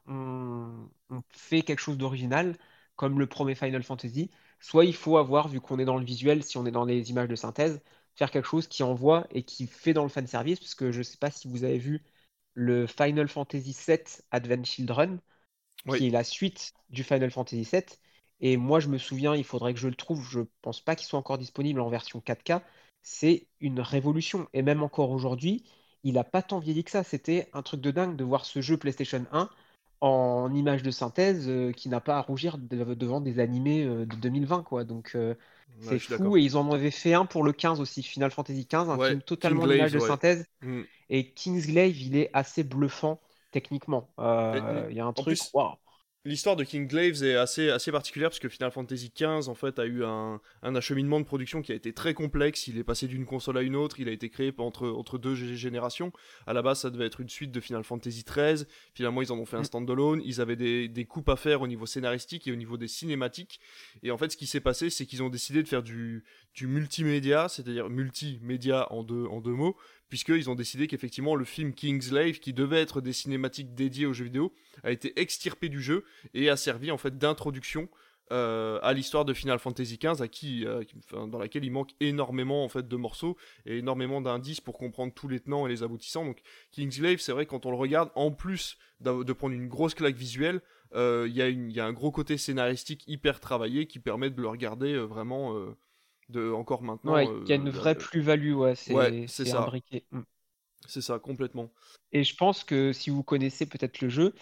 on fait quelque chose d'original, comme le premier Final Fantasy, soit il faut avoir, vu qu'on est dans le visuel, si on est dans les images de synthèse, faire quelque chose qui envoie et qui fait dans le fanservice, parce que je ne sais pas si vous avez vu le Final Fantasy VII Advent Children, Oui. qui est la suite du Final Fantasy VII. Et moi, je me souviens, il faudrait que je le trouve. Je pense pas qu'il soit encore disponible en version 4K. C'est une révolution. Et même encore aujourd'hui, il n'a pas tant vieilli que ça. C'était un truc de dingue de voir ce jeu PlayStation 1 en image de synthèse qui n'a pas à rougir devant des animés de 2020, quoi. Donc, Ouais, c'est je suis fou. d'accord. Et ils en avaient fait un pour le 15 aussi, Final Fantasy 15, un Ouais, film totalement en image Kingslave, de ouais. synthèse. Mm. Et Kingsglaive, il est assez bluffant techniquement. Et Il y a un en truc, plus, waouh. l'histoire de King Glaves est assez particulière parce que Final Fantasy XV en fait a eu un acheminement de production qui a été très complexe. Il est passé d'une console à une autre. Il a été créé entre deux générations. À la base, ça devait être une suite de Final Fantasy XIII. Finalement, ils en ont fait un standalone. Ils avaient des coupes à faire au niveau scénaristique et au niveau des cinématiques. Et en fait, ce qui s'est passé, c'est qu'ils ont décidé de faire du multimédia, c'est-à-dire multimédia en deux mots, puisqu'ils ont décidé qu'effectivement le film Kingslave, qui devait être des cinématiques dédiées aux jeux vidéo, a été extirpé du jeu et a servi en fait d'introduction à l'histoire de Final Fantasy XV, dans laquelle il manque énormément en fait de morceaux et énormément d'indices pour comprendre tous les tenants et les aboutissants. Donc Kingsglaive, c'est vrai, quand on le regarde, en plus de prendre une grosse claque visuelle, il y a un gros côté scénaristique hyper travaillé qui permet de le regarder vraiment encore maintenant. Ouais, il y a une vraie plus-value, ouais, Ouais, c'est imbriqué. c'est ça, complètement. Et je pense que si vous connaissez peut-être le jeu,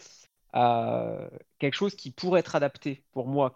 quelque chose qui pourrait être adapté pour moi,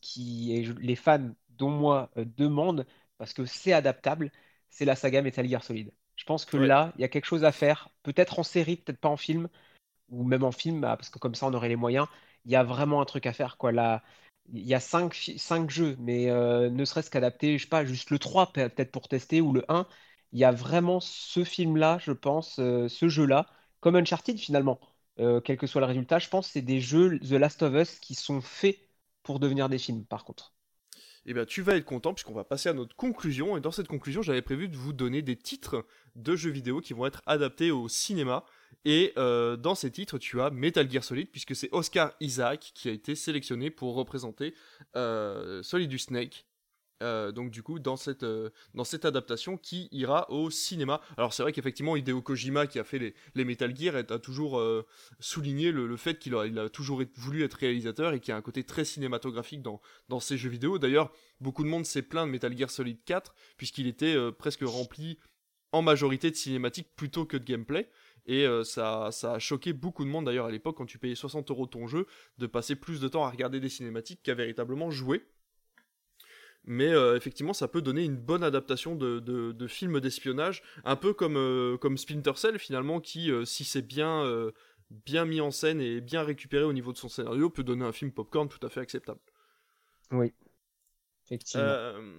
les fans dont moi demandent, parce que c'est adaptable, c'est la saga Metal Gear Solid. Je pense que Ouais. là, il y a quelque chose à faire, peut-être en série, peut-être pas en film, ou même en film, parce que comme ça on aurait les moyens. Il y a vraiment un truc à faire, quoi. Là, il y a 5 jeux, mais ne serait-ce qu'adapter, je sais pas, juste le 3 peut-être pour tester, ou le 1. Il y a vraiment ce film-là, je pense, ce jeu-là, comme Uncharted finalement. Quel que soit le résultat, je pense que c'est des jeux The Last of Us qui sont faits pour devenir des films, par contre. Eh bien, tu vas être content puisqu'on va passer à notre conclusion. Et dans cette conclusion, j'avais prévu de vous donner des titres de jeux vidéo qui vont être adaptés au cinéma. Et dans ces titres, tu as Metal Gear Solid, puisque c'est Oscar Isaac qui a été sélectionné pour représenter Solidus Snake. Donc du coup dans cette adaptation qui ira au cinéma. Alors c'est vrai qu'effectivement Hideo Kojima qui a fait les Metal Gear a toujours souligné le fait qu'il a toujours voulu être réalisateur et qu'il y a un côté très cinématographique dans ses jeux vidéo. D'ailleurs beaucoup de monde s'est plaint de Metal Gear Solid 4 puisqu'il était presque rempli en majorité de cinématiques plutôt que de gameplay. Et ça a choqué beaucoup de monde d'ailleurs à l'époque quand tu payais 60€ ton jeu de passer plus de temps à regarder des cinématiques qu'à véritablement jouer. Mais effectivement, ça peut donner une bonne adaptation de films d'espionnage, un peu comme Splinter Cell finalement, qui, si c'est bien mis en scène et bien récupéré au niveau de son scénario, peut donner un film popcorn tout à fait acceptable. Oui, effectivement.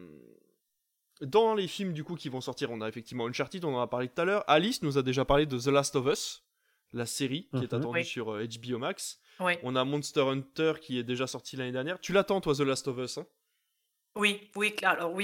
Dans les films du coup qui vont sortir, on a effectivement Uncharted, on en a parlé tout à l'heure. Alice nous a déjà parlé de The Last of Us, la série qui est attendue Oui. sur HBO Max. Oui, On a Monster Hunter qui est déjà sorti l'année dernière. Tu l'attends toi The Last of Us, hein? oui, alors oui.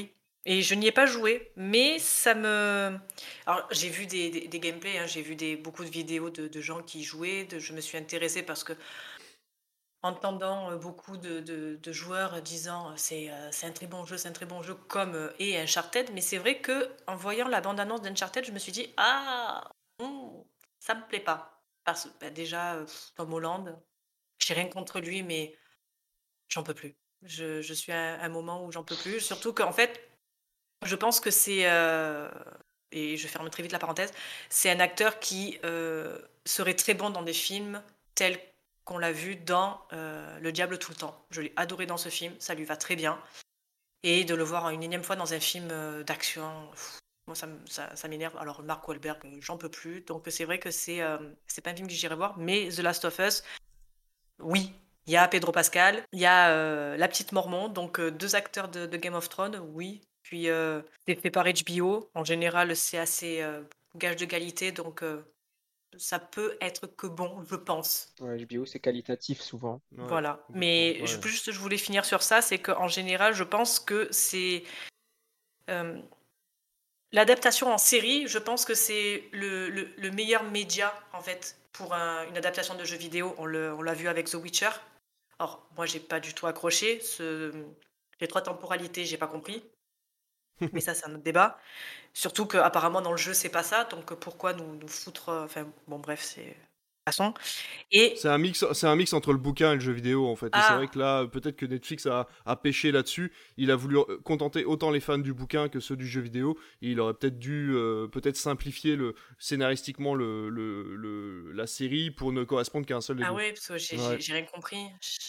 Et je n'y ai pas joué, mais ça me... Alors, j'ai vu des gameplays, hein, j'ai vu beaucoup de vidéos de gens qui y jouaient, je me suis intéressée parce que, entendant beaucoup de joueurs disant c'est un très bon jeu, c'est un très bon jeu, comme et Uncharted, mais c'est vrai que en voyant la bande-annonce d'Uncharted, je me suis dit, ah, ça me plaît pas. Parce que déjà, Tom Holland, j'ai rien contre lui, mais j'en peux plus. Je suis à un moment où j'en peux plus, surtout qu'en fait, je pense que c'est, et je ferme très vite la parenthèse, c'est un acteur qui serait très bon dans des films tels qu'on l'a vu dans Le Diable tout le temps. Je l'ai adoré dans ce film, ça lui va très bien. Et de le voir une énième fois dans un film d'action, moi ça m'énerve. Alors Mark Wahlberg, j'en peux plus. Donc c'est vrai que c'est pas un film que j'irai voir, mais The Last of Us, oui. Il y a Pedro Pascal, il y a la petite Mormon, donc deux acteurs de Game of Thrones, oui. Puis c'est fait par HBO. En général, c'est assez gage de qualité, donc ça peut être que bon, je pense. Ouais, HBO, c'est qualitatif souvent. Ouais, Voilà. complètement. Mais Ouais. je voulais finir sur ça, c'est qu'en général, je pense que c'est euh, l'adaptation en série. Je pense que c'est le meilleur média en fait pour une adaptation de jeu vidéo. On l'a vu avec The Witcher. Alors moi, j'ai pas du tout accroché. Les 3 temporalités, j'ai pas compris. Mais ça, c'est un autre débat. Surtout qu'apparemment dans le jeu, c'est pas ça. Donc pourquoi nous foutre. Enfin, bon, bref, c'est. Passons. Et. C'est un mix entre le bouquin et le jeu vidéo en fait. Et c'est vrai Ah, que là, peut-être que Netflix a pêché là-dessus. Il a voulu contenter autant les fans du bouquin que ceux du jeu vidéo. Et il aurait peut-être dû peut-être simplifier scénaristiquement la série pour ne correspondre qu'à un seul des ah deux. ouais, parce que Ouais. j'ai rien compris.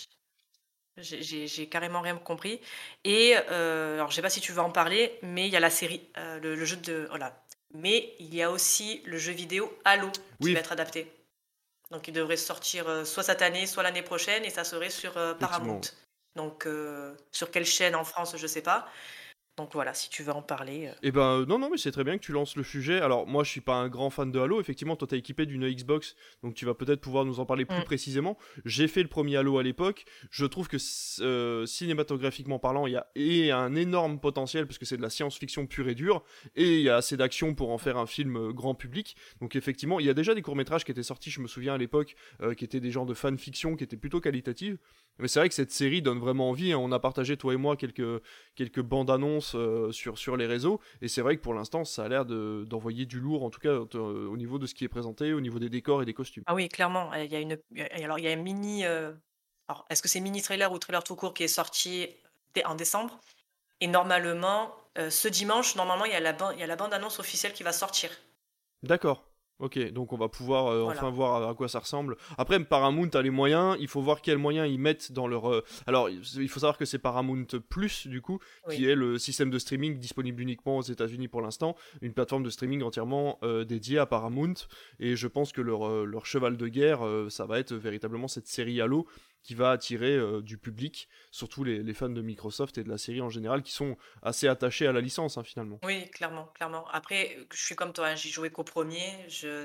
J'ai carrément rien compris. Et alors, je sais pas si tu veux en parler, mais il y a la série, le jeu de. Voilà. Mais il y a aussi le jeu vidéo Halo qui Oui, va être adapté. Donc il devrait sortir soit cette année, soit l'année prochaine, et ça serait sur Paramount. effectivement. Donc sur quelle chaîne en France, je sais pas. Donc voilà, si tu veux en parler. Eh ben non, non, mais c'est très bien que tu lances le sujet. Alors moi je suis pas un grand fan de Halo, effectivement toi t'es équipé d'une Xbox, donc tu vas peut-être pouvoir nous en parler plus Mm. précisément. J'ai fait le premier Halo à l'époque, je trouve que cinématographiquement parlant il y a un énorme potentiel parce que c'est de la science-fiction pure et dure, et il y a assez d'action pour en faire un film grand public. Donc effectivement il y a déjà des courts-métrages qui étaient sortis, je me souviens à l'époque, qui étaient des genres de fan-fiction qui étaient plutôt qualitatives. Mais c'est vrai que cette série donne vraiment envie, hein. On a partagé toi et moi quelques bandes annonces sur les réseaux, et c'est vrai que pour l'instant ça a l'air d'envoyer du lourd, en tout cas au niveau de ce qui est présenté, au niveau des décors et des costumes. Ah oui, clairement. Il y a alors il y a un mini. Alors est-ce que c'est mini trailer ou trailer tout court qui est sorti en décembre? Et normalement, ce dimanche, normalement, il y a la bande annonce officielle qui va sortir. D'accord. Ok, donc on va pouvoir enfin Voilà. voir à quoi ça ressemble. Après, Paramount a les moyens, il faut voir quels moyens ils mettent dans leur... Alors, il faut savoir que c'est Paramount Plus, du coup, qui Oui. est le système de streaming disponible uniquement aux États-Unis pour l'instant, une plateforme de streaming entièrement dédiée à Paramount, et je pense que leur cheval de guerre, ça va être véritablement cette série Halo qui va attirer du public, surtout les fans de Microsoft et de la série en général, qui sont assez attachés à la licence, hein, finalement. Oui, clairement, clairement. Après, je suis comme toi, hein, j'y jouais qu'au premier.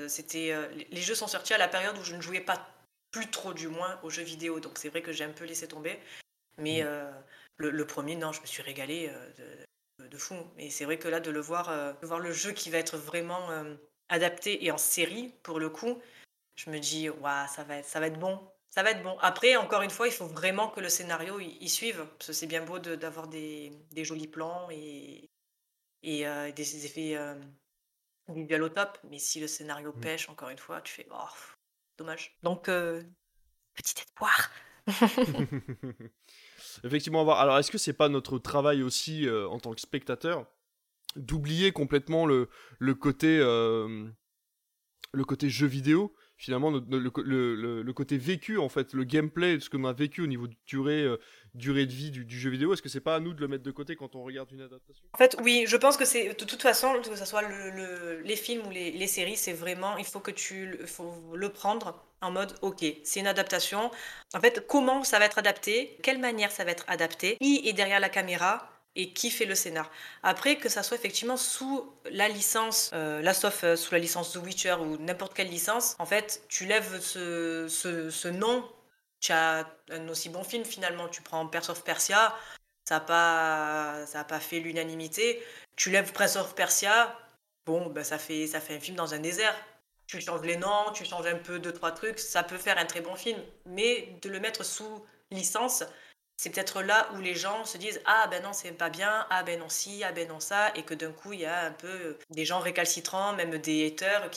Les jeux sont sortis à la période où je ne jouais pas plus trop, du moins, aux jeux vidéo. Donc c'est vrai que j'ai un peu laissé tomber. Mais Mm. le premier, non, je me suis régalée de fou. Et c'est vrai que là, de voir le jeu qui va être vraiment adapté et en série, pour le coup, je me dis, waouh, ça va être bon. Ça va être bon. Après, encore une fois, il faut vraiment que le scénario y suive. Parce que c'est bien beau d'avoir des jolis plans et des effets visuels au top. Mais si le scénario Mm. pêche, encore une fois, tu fais, oh, dommage. Donc, petit espoir. Effectivement, à voir. Alors, est-ce que c'est pas notre travail aussi en tant que spectateur d'oublier complètement le côté jeu vidéo, finalement, le côté vécu, en fait, le gameplay, ce qu'on a vécu au niveau de durée de vie du jeu vidéo, est-ce que c'est pas à nous de le mettre de côté quand on regarde une adaptation? En fait, oui, je pense que c'est de toute façon, que ce soit les films ou les séries, c'est vraiment, il faut faut le prendre en mode, ok, c'est une adaptation. En fait, comment ça va être adapté, quelle manière ça va être adapté, qui est derrière la caméra et qui fait le scénar. Après, que ça soit effectivement sous la licence Last of Us, sous la licence The Witcher ou n'importe quelle licence, en fait, tu lèves ce nom, tu as un aussi bon film finalement. Tu prends Prince of Persia. ça a pas fait l'unanimité. Tu lèves Prince of Persia, bon, ben ça fait un film dans un désert. Tu changes les noms, tu changes un peu deux, trois trucs, ça peut faire un très bon film. Mais de le mettre sous licence, c'est peut-être là où les gens se disent ah ben non c'est pas bien, ah ben non si, ah ben non ça, et que d'un coup il y a un peu des gens récalcitrants, même des haters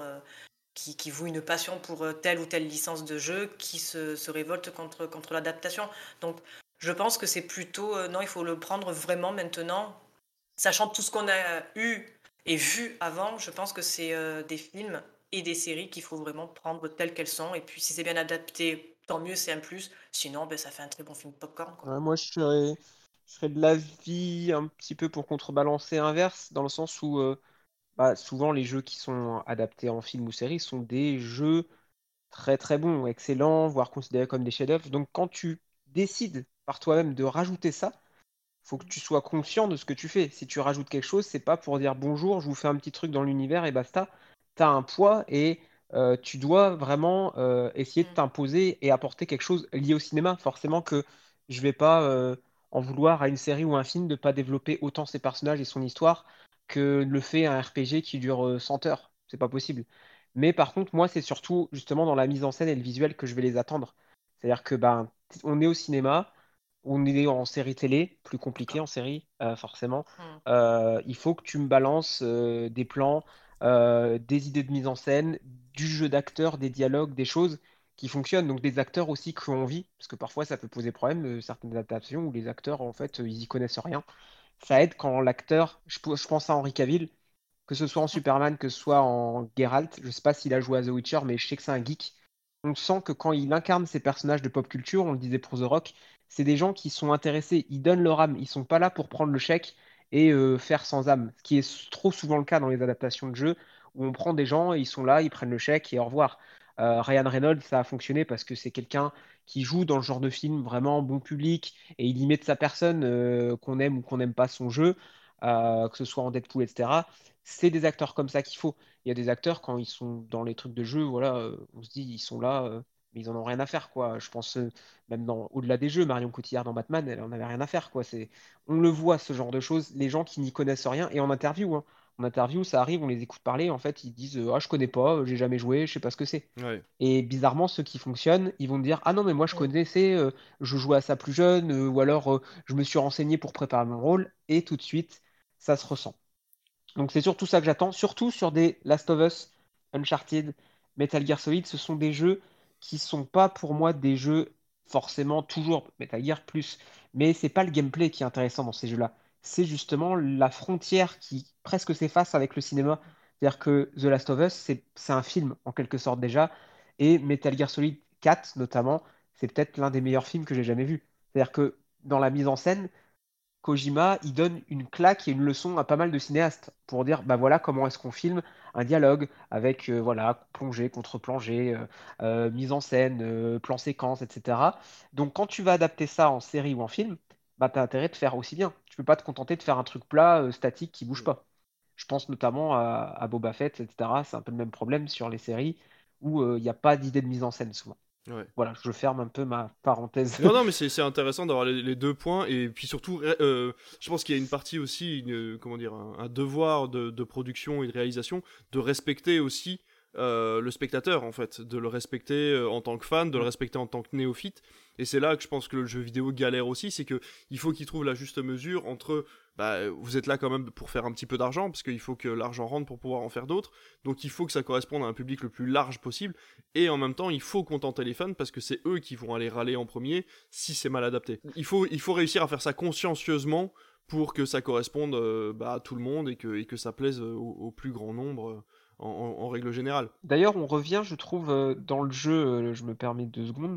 qui vouent une passion pour telle ou telle licence de jeu, qui se révoltent contre l'adaptation. Donc je pense que c'est plutôt non, il faut le prendre vraiment maintenant, sachant tout ce qu'on a eu et vu avant. Je pense que c'est des films et des séries qu'il faut vraiment prendre telles qu'elles sont, et puis si c'est bien adapté, tant mieux, c'est un plus. Sinon, ben, ça fait un très bon film popcorn, quoi. Ouais, moi, je serais de l'avis un petit peu pour contrebalancer inverse, dans le sens où bah, souvent les jeux qui sont adaptés en film ou série sont des jeux très très bons, excellents, voire considérés comme des chefs-d'œuvre. Donc quand tu décides par toi-même de rajouter ça, faut que tu sois conscient de ce que tu fais. Si tu rajoutes quelque chose, c'est pas pour dire bonjour, je vous fais un petit truc dans l'univers et basta. Tu as un poids et tu dois vraiment essayer de Mm. t'imposer et apporter quelque chose lié au cinéma. Forcément que je vais pas en vouloir à une série ou un film de pas développer autant ses personnages et son histoire que le fait un RPG qui dure 100 heures. C'est pas possible. Mais par contre, moi, c'est surtout justement dans la mise en scène et le visuel que je vais les attendre. C'est-à-dire que ben, on est au cinéma. On est en série télé, plus compliqué D'accord. en série, forcément. Mm. Il faut que tu me balances des plans, des idées de mise en scène, du jeu d'acteurs, des dialogues, des choses qui fonctionnent. Donc des acteurs aussi qui ont envie, parce que parfois ça peut poser problème, certaines adaptations où les acteurs, en fait, ils y connaissent rien. Ça aide quand l'acteur, je pense à Henry Cavill, que ce soit en Superman, que ce soit en Geralt. Je sais pas s'il a joué à The Witcher, mais je sais que c'est un geek. On sent que quand il incarne ces personnages de pop culture, on le disait pour The Rock, c'est des gens qui sont intéressés, ils donnent leur âme, ils sont pas là pour prendre le chèque et faire sans âme, ce qui est trop souvent le cas dans les adaptations de jeux, où on prend des gens, ils sont là, ils prennent le chèque et au revoir. Ryan Reynolds, ça a fonctionné parce que c'est quelqu'un qui joue dans le genre de film vraiment bon public et il y met de sa personne, qu'on aime ou qu'on n'aime pas son jeu, que ce soit en Deadpool, etc. C'est des acteurs comme ça qu'il faut. Il y a des acteurs, quand ils sont dans les trucs de jeu, voilà, on se dit, ils sont là, mais ils en ont rien à faire, quoi. Je pense, même au-delà des jeux, Marion Cotillard dans Batman, elle en avait rien à faire, quoi. On le voit, ce genre de choses, les gens qui n'y connaissent rien, et en interview, hein. En interview, ça arrive, on les écoute parler, en fait, ils disent, ah, je connais pas, j'ai jamais joué, je sais pas ce que c'est. Ouais. Et bizarrement, ceux qui fonctionnent, ils vont me dire, ah non, mais moi je Mm. connaissais, je jouais à ça plus jeune, ou alors je me suis renseigné pour préparer mon rôle, et tout de suite, ça se ressent. Donc c'est surtout ça que j'attends, surtout sur des Last of Us, Uncharted, Metal Gear Solid. Ce sont des jeux qui sont pas pour moi des jeux forcément toujours Metal Gear plus, mais c'est pas le gameplay qui est intéressant dans ces jeux-là. C'est justement la frontière qui presque s'efface avec le cinéma. C'est-à-dire que The Last of Us, c'est un film en quelque sorte déjà, et Metal Gear Solid 4 notamment, c'est peut-être l'un des meilleurs films que j'ai jamais vu. C'est-à-dire que dans la mise en scène, Kojima, il donne une claque et une leçon à pas mal de cinéastes pour dire, bah voilà comment est-ce qu'on filme un dialogue avec voilà plongée contre plongée, mise en scène, plan séquence, etc. Donc quand tu vas adapter ça en série ou en film, bah t'as intérêt de faire aussi bien. Tu peux pas te contenter de faire un truc plat, statique qui bouge pas. Je pense notamment à Boba Fett, etc. C'est un peu le même problème sur les séries où il n'y a pas d'idée de mise en scène souvent. Ouais. Voilà, je ferme un peu ma parenthèse. Non, non, mais c'est intéressant d'avoir les deux points, et puis surtout, je pense qu'il y a une partie aussi, comment dire, un devoir de production et de réalisation, de respecter aussi le spectateur, en fait, de le respecter en tant que fan, de le respecter en tant que néophyte, et c'est là que je pense que le jeu vidéo galère aussi, c'est que il faut qu'il trouve la juste mesure entre, bah, vous êtes là quand même pour faire un petit peu d'argent, parce qu'il faut que l'argent rentre pour pouvoir en faire d'autres, donc il faut que ça corresponde à un public le plus large possible, et en même temps, il faut contenter les fans parce que c'est eux qui vont aller râler en premier si c'est mal adapté. Il faut réussir à faire ça consciencieusement pour que ça corresponde bah, à tout le monde et que ça plaise au plus grand nombre en règle générale. D'ailleurs, on revient, je trouve, dans le jeu, je me permets 2 secondes,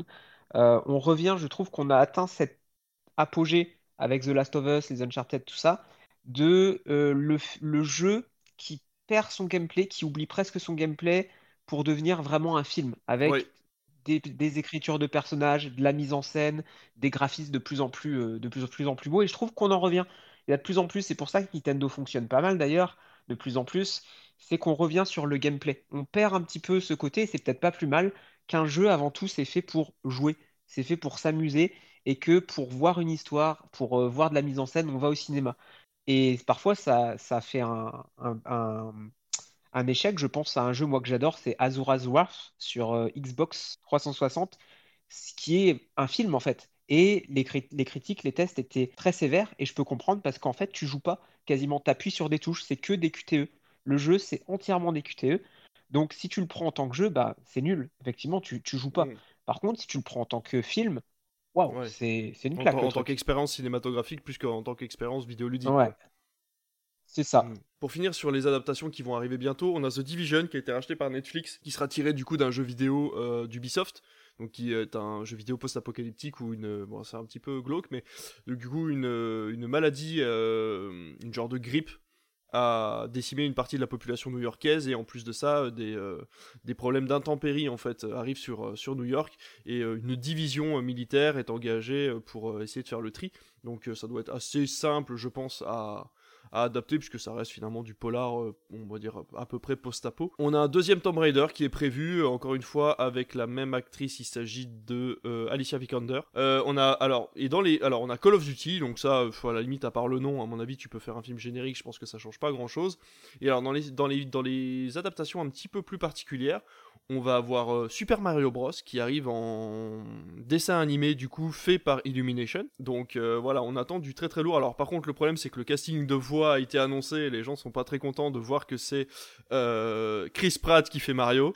on revient, je trouve qu'on a atteint cet apogée avec The Last of Us, les Uncharted, tout ça, de le jeu qui perd son gameplay, qui oublie presque son gameplay pour devenir vraiment un film, Oui, avec des écritures de personnages, de la mise en scène, des graphismes de plus en plus beaux, et je trouve qu'on en revient. Il y a de plus en plus, c'est pour ça que Nintendo fonctionne pas mal d'ailleurs, de plus en plus, c'est qu'on revient sur le gameplay. On perd un petit peu ce côté, et c'est peut-être pas plus mal qu'un jeu, avant tout, c'est fait pour jouer, c'est fait pour s'amuser, et que pour voir une histoire, pour voir de la mise en scène, on va au cinéma. Et parfois, ça fait un échec. Je pense à un jeu, moi, que j'adore, c'est Azura's Wrath sur Xbox 360, ce qui est un film, en fait. Et les critiques, les tests étaient très sévères, et je peux comprendre parce qu'en fait, tu joues pas quasiment, t'appuies sur des touches, c'est que des QTE. Le jeu, c'est entièrement des QTE. Donc, si tu le prends en tant que jeu, bah, c'est nul. Effectivement, tu joues pas. Mm. Par contre, si tu le prends en tant que film, waouh, Ouais. c'est une En, claque le en tant truc. qu'expérience cinématographique plus qu'en tant qu'expérience vidéoludique, Ouais, quoi. c'est ça. Mm. Pour finir sur les adaptations qui vont arriver bientôt, on a The Division qui a été racheté par Netflix, qui sera tiré du coup d'un jeu vidéo d'Ubisoft, donc qui est un jeu vidéo post-apocalyptique où bon, c'est un petit peu glauque, mais du coup une maladie, une genre de grippe a décimé une partie de la population new-yorkaise, et en plus de ça des problèmes d'intempéries en fait arrivent sur New York, et une division militaire est engagée pour essayer de faire le tri. Donc ça doit être assez simple, je pense, à adapter, puisque ça reste finalement du polar, on va dire à peu près post-apo. On a un deuxième Tomb Raider qui est prévu, encore une fois avec la même actrice. Il s'agit de Alicia Vikander. On a on a Call of Duty, donc ça, à la limite, à part le nom, à mon avis, tu peux faire un film générique. Je pense que ça change pas grand-chose. Et alors dans les adaptations un petit peu plus particulières, on va avoir Super Mario Bros qui arrive en dessin animé, du coup fait par Illumination. Donc voilà, on attend du très très lourd. Alors par contre, le problème, c'est que le casting de voix a été annoncé et les gens sont pas très contents de voir que c'est Chris Pratt qui fait Mario.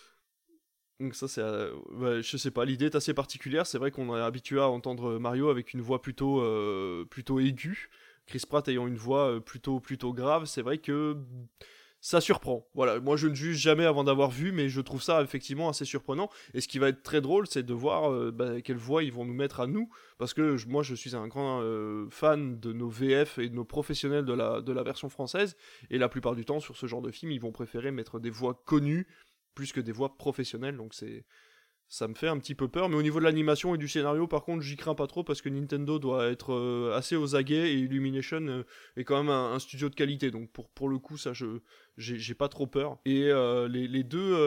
Donc ça, c'est ouais, je sais pas, l'idée est assez particulière. C'est vrai qu'on est habitué à entendre Mario avec une voix plutôt aiguë, Chris Pratt ayant une voix plutôt grave. C'est vrai que ça surprend. Voilà, moi je ne juge jamais avant d'avoir vu, mais je trouve ça effectivement assez surprenant. Et ce qui va être très drôle, c'est de voir quelle voix ils vont nous mettre à nous, parce que moi je suis un grand fan de nos VF et de nos professionnels de la version française, et la plupart du temps sur ce genre de film, ils vont préférer mettre des voix connues plus que des voix professionnelles, donc ça me fait un petit peu peur. Mais au niveau de l'animation et du scénario, par contre, j'y crains pas trop, parce que Nintendo doit être assez aux aguets, et Illumination est quand même un studio de qualité. Donc pour le coup, ça, j'ai pas trop peur. Et les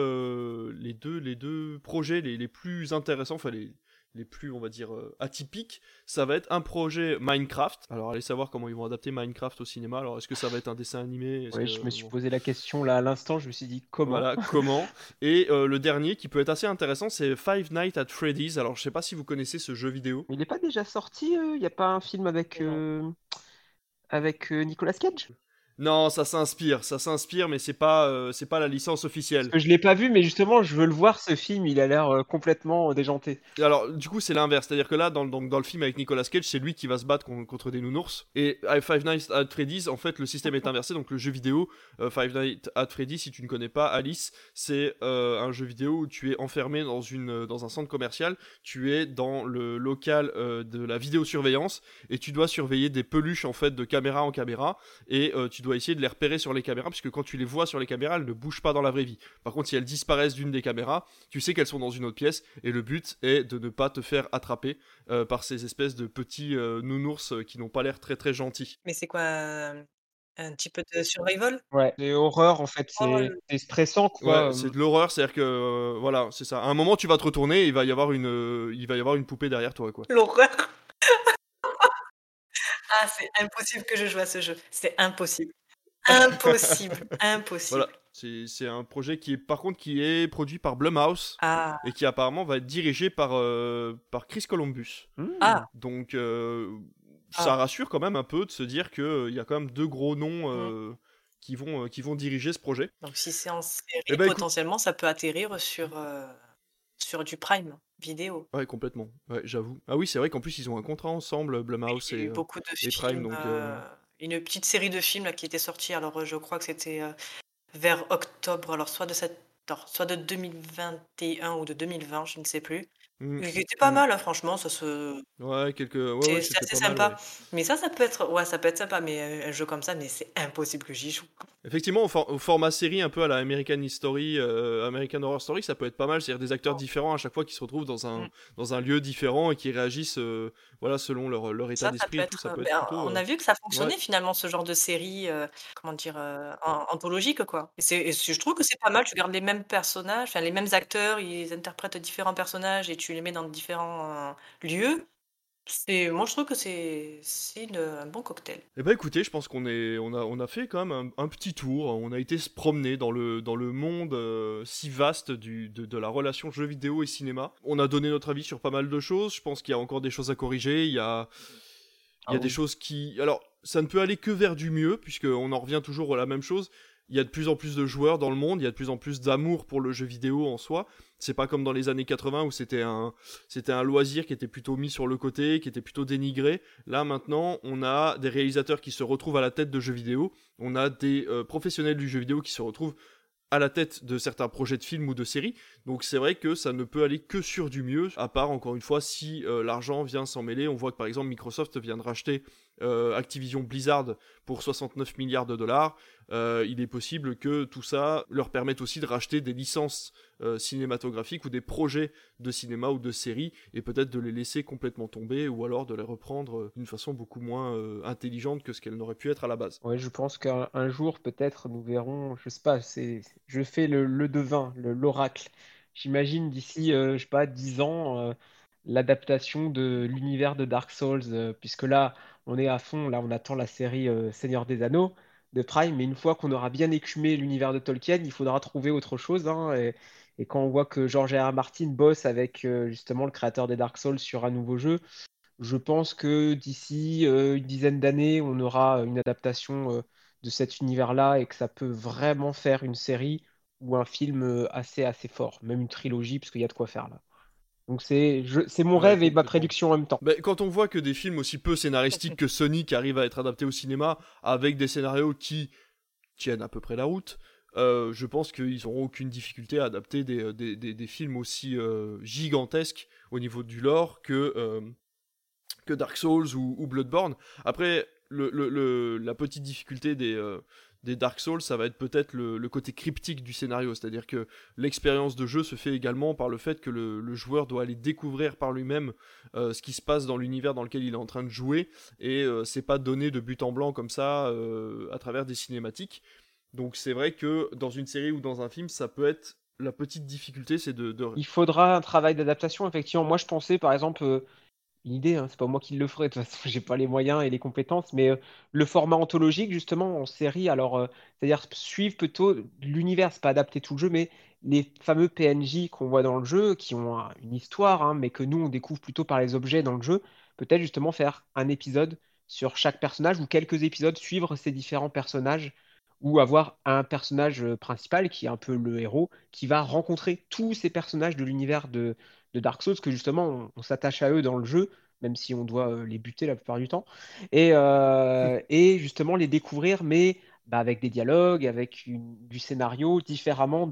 deux projets les plus intéressants, enfin les plus, on va dire, atypiques, ça va être un projet Minecraft. Alors allez savoir comment ils vont adapter Minecraft au cinéma. Alors est-ce que ça va être un dessin animé? Oui, je me suis posé la question là à l'instant, je me suis dit comment? Voilà, comment. Et le dernier qui peut être assez intéressant, c'est Five Nights at Freddy's. Alors je sais pas si vous connaissez ce jeu vidéo. Il n'est pas déjà sorti? Il n'y a pas un film avec, Nicolas Cage? Non, ça s'inspire, mais c'est pas la licence Parce officielle. que je l'ai pas vu, mais justement, je veux le voir ce film, il a l'air complètement déjanté. Alors, du coup, c'est l'inverse. C'est-à-dire que là, dans le film avec Nicolas Cage, c'est lui qui va se battre contre des nounours. Et à Five Nights at Freddy's, en fait, le système est inversé. Donc, le jeu vidéo, Five Nights at Freddy's, si tu ne connais pas, Alice, c'est un jeu vidéo où tu es enfermé dans un centre commercial. Tu es dans le local de la vidéosurveillance, et tu dois surveiller des peluches, en fait, de caméra en caméra. Et tu dois essayer de les repérer sur les caméras, puisque quand tu les vois sur les caméras, elles ne bougent pas dans la vraie vie. Par contre, si elles disparaissent d'une des caméras, tu sais qu'elles sont dans une autre pièce, et le but est de ne pas te faire attraper par ces espèces de petits nounours qui n'ont pas l'air très très gentils. Mais c'est quoi, un petit peu de survival? Ouais. C'est horreur en fait, Oh c'est stressant Ouais, quoi. c'est de l'horreur, c'est-à-dire que voilà, c'est ça. À un moment, tu vas te retourner, et il va y avoir une poupée derrière toi, quoi. l'horreur! Ah, c'est impossible que je joue à ce jeu. C'est impossible. Impossible, impossible. Voilà, c'est un projet qui est produit par Blumhouse, Ah, et qui apparemment va être dirigé par Chris Columbus. ah, Donc ah. ça rassure quand même un peu de se dire qu'il y a quand même deux gros noms qui vont diriger ce projet. Donc si c'est en Eh série, ben écoute, potentiellement, ça peut atterrir sur du Prime Vidéo. ouais, complètement, ouais, j'avoue. Ah oui, c'est vrai qu'en plus ils ont un contrat ensemble, Blumhouse Il y a eu beaucoup de et Prime, films, donc une petite série de films là, qui était sortie. Alors, je crois que c'était vers octobre, alors soit de 2021 ou de 2020, je ne sais plus. mm, Il était pas mm. mal, hein, franchement, Ouais, ouais, c'est c'était assez pas mal, sympa. ouais. Mais ça peut être, ouais, ça peut être sympa, mais un jeu comme ça, mais c'est impossible que j'y joue. Effectivement, au format série, un peu à la American History, American Horror Story, ça peut être pas mal. C'est-à-dire des acteurs différents à chaque fois qui se retrouvent Mm. dans un lieu différent, et qui réagissent voilà, selon leur état Ça d'esprit peut et tout. être. Ça peut être Ben, plutôt. on a vu que ça Ouais. fonctionnait finalement, ce genre de série, comment dire, anthologique, quoi. Je trouve que c'est pas mal. Tu gardes les mêmes personnages, enfin les mêmes acteurs, ils interprètent différents personnages et tu les mets dans différents lieux. Moi, je trouve que c'est un bon cocktail. Eh ben écoutez, je pense on a fait quand même un petit tour. On a été se promener dans le monde si vaste de la relation jeux vidéo et cinéma. On a donné notre avis sur pas mal de choses. Je pense qu'il y a encore des choses à corriger. Il y a des choses qui... Alors, ça ne peut aller que vers du mieux, puisqu'on en revient toujours à la même chose. Il y a de plus en plus de joueurs dans le monde, il y a de plus en plus d'amour pour le jeu vidéo en soi. C'est pas comme dans les années 80 où c'était un loisir qui était plutôt mis sur le côté, qui était plutôt dénigré. Là, maintenant, on a des réalisateurs qui se retrouvent à la tête de jeux vidéo. On a des professionnels du jeu vidéo qui se retrouvent à la tête de certains projets de films ou de séries. Donc c'est vrai que ça ne peut aller que sur du mieux, à part, encore une fois, si l'argent vient s'en mêler. On voit que, par exemple, Microsoft vient de racheter Activision Blizzard pour 69 milliards de dollars. Il est possible que tout ça leur permette aussi de racheter des licences cinématographiques ou des projets de cinéma ou de séries et peut-être de les laisser complètement tomber ou alors de les reprendre d'une façon beaucoup moins intelligente que ce qu'elles n'auraient pu être à la base. Ouais, je pense qu'un jour, peut-être, nous verrons, je sais pas, je fais le devin, l'oracle. J'imagine d'ici, je sais pas, 10 ans, l'adaptation de l'univers de Dark Souls, puisque là, on est à fond, là, on attend la série Seigneur des Anneaux de Prime, mais une fois qu'on aura bien écumé l'univers de Tolkien, il faudra trouver autre chose, hein, et quand on voit que George R. R. Martin bosse avec justement le créateur des Dark Souls sur un nouveau jeu, je pense que d'ici une dizaine d'années, on aura une adaptation de cet univers-là et que ça peut vraiment faire une série ou un film assez fort, même une trilogie, parce qu'il y a de quoi faire là. Donc c'est mon Ouais, rêve et ma complètement. prédiction en même temps. Quand on voit que des films aussi peu scénaristiques que Sonic arrivent à être adaptés au cinéma avec des scénarios qui tiennent à peu près la route, je pense qu'ils n'auront aucune difficulté à adapter des films aussi gigantesques au niveau du lore que Dark Souls ou Bloodborne. Après, la petite difficulté des Dark Souls, ça va être peut-être le côté cryptique du scénario, c'est-à-dire que l'expérience de jeu se fait également par le fait que le joueur doit aller découvrir par lui-même ce qui se passe dans l'univers dans lequel il est en train de jouer, et c'est pas donné de but en blanc comme ça à travers des cinématiques. Donc c'est vrai que dans une série ou dans un film, ça peut être la petite difficulté, c'est de... Il faudra un travail d'adaptation, effectivement. Moi, je pensais, par exemple, une idée, hein, c'est pas moi qui le ferai, de toute façon, j'ai pas les moyens et les compétences, mais le format anthologique, justement, en série, alors, c'est-à-dire suivre plutôt l'univers, c'est pas adapter tout le jeu, mais les fameux PNJ qu'on voit dans le jeu, qui ont une histoire, hein, mais que nous, on découvre plutôt par les objets dans le jeu, peut-être justement faire un épisode sur chaque personnage ou quelques épisodes, suivre ces différents personnages, ou avoir un personnage principal, qui est un peu le héros, qui va rencontrer tous ces personnages de l'univers de Dark Souls, que justement on s'attache à eux dans le jeu, même si on doit les buter la plupart du temps, et justement les découvrir, mais avec des dialogues, avec du scénario différemment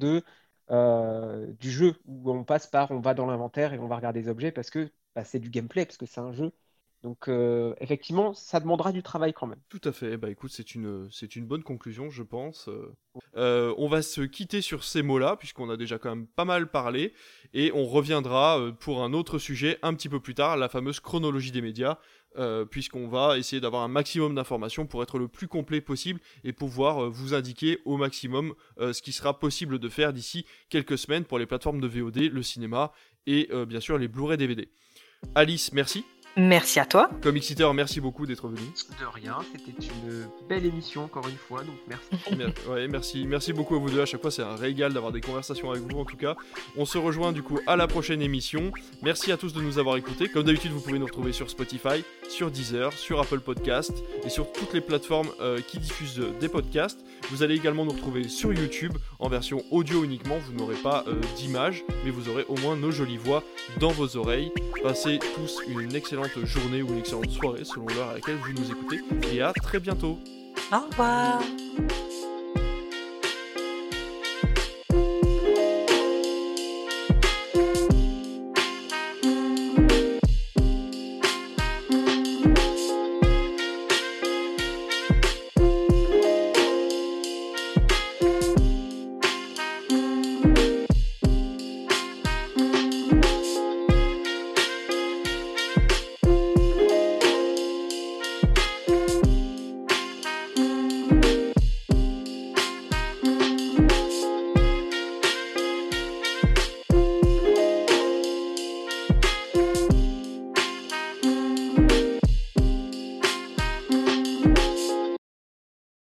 du jeu, où on passe par, on va dans l'inventaire et on va regarder des objets parce que c'est du gameplay, parce que c'est un jeu. Donc effectivement, ça demandera du travail quand même. Tout à fait. Bah écoute, c'est une bonne conclusion, je pense. On va se quitter sur ces mots-là, puisqu'on a déjà quand même pas mal parlé, et on reviendra pour un autre sujet un petit peu plus tard, la fameuse chronologie des médias, puisqu'on va essayer d'avoir un maximum d'informations pour être le plus complet possible et pouvoir vous indiquer au maximum ce qui sera possible de faire d'ici quelques semaines pour les plateformes de VOD, le cinéma et bien sûr les Blu-ray DVD. Alice, merci. Merci à toi. Comic Eater, merci beaucoup d'être venu. De rien, c'était une belle émission encore une fois, donc merci. Merci beaucoup à vous deux. À chaque fois, c'est un régal d'avoir des conversations avec vous. En tout cas, on se rejoint du coup à la prochaine émission. Merci à tous de nous avoir écoutés. Comme d'habitude, vous pouvez nous retrouver sur Spotify, sur Deezer, sur Apple Podcast et sur toutes les plateformes qui diffusent des podcasts. Vous allez également nous retrouver sur YouTube en version audio uniquement. Vous n'aurez pas d'image, mais vous aurez au moins nos jolies voix dans vos oreilles. Passez tous une excellente journée ou une excellente soirée selon l'heure à laquelle vous nous écoutez. Et à très bientôt. Au revoir.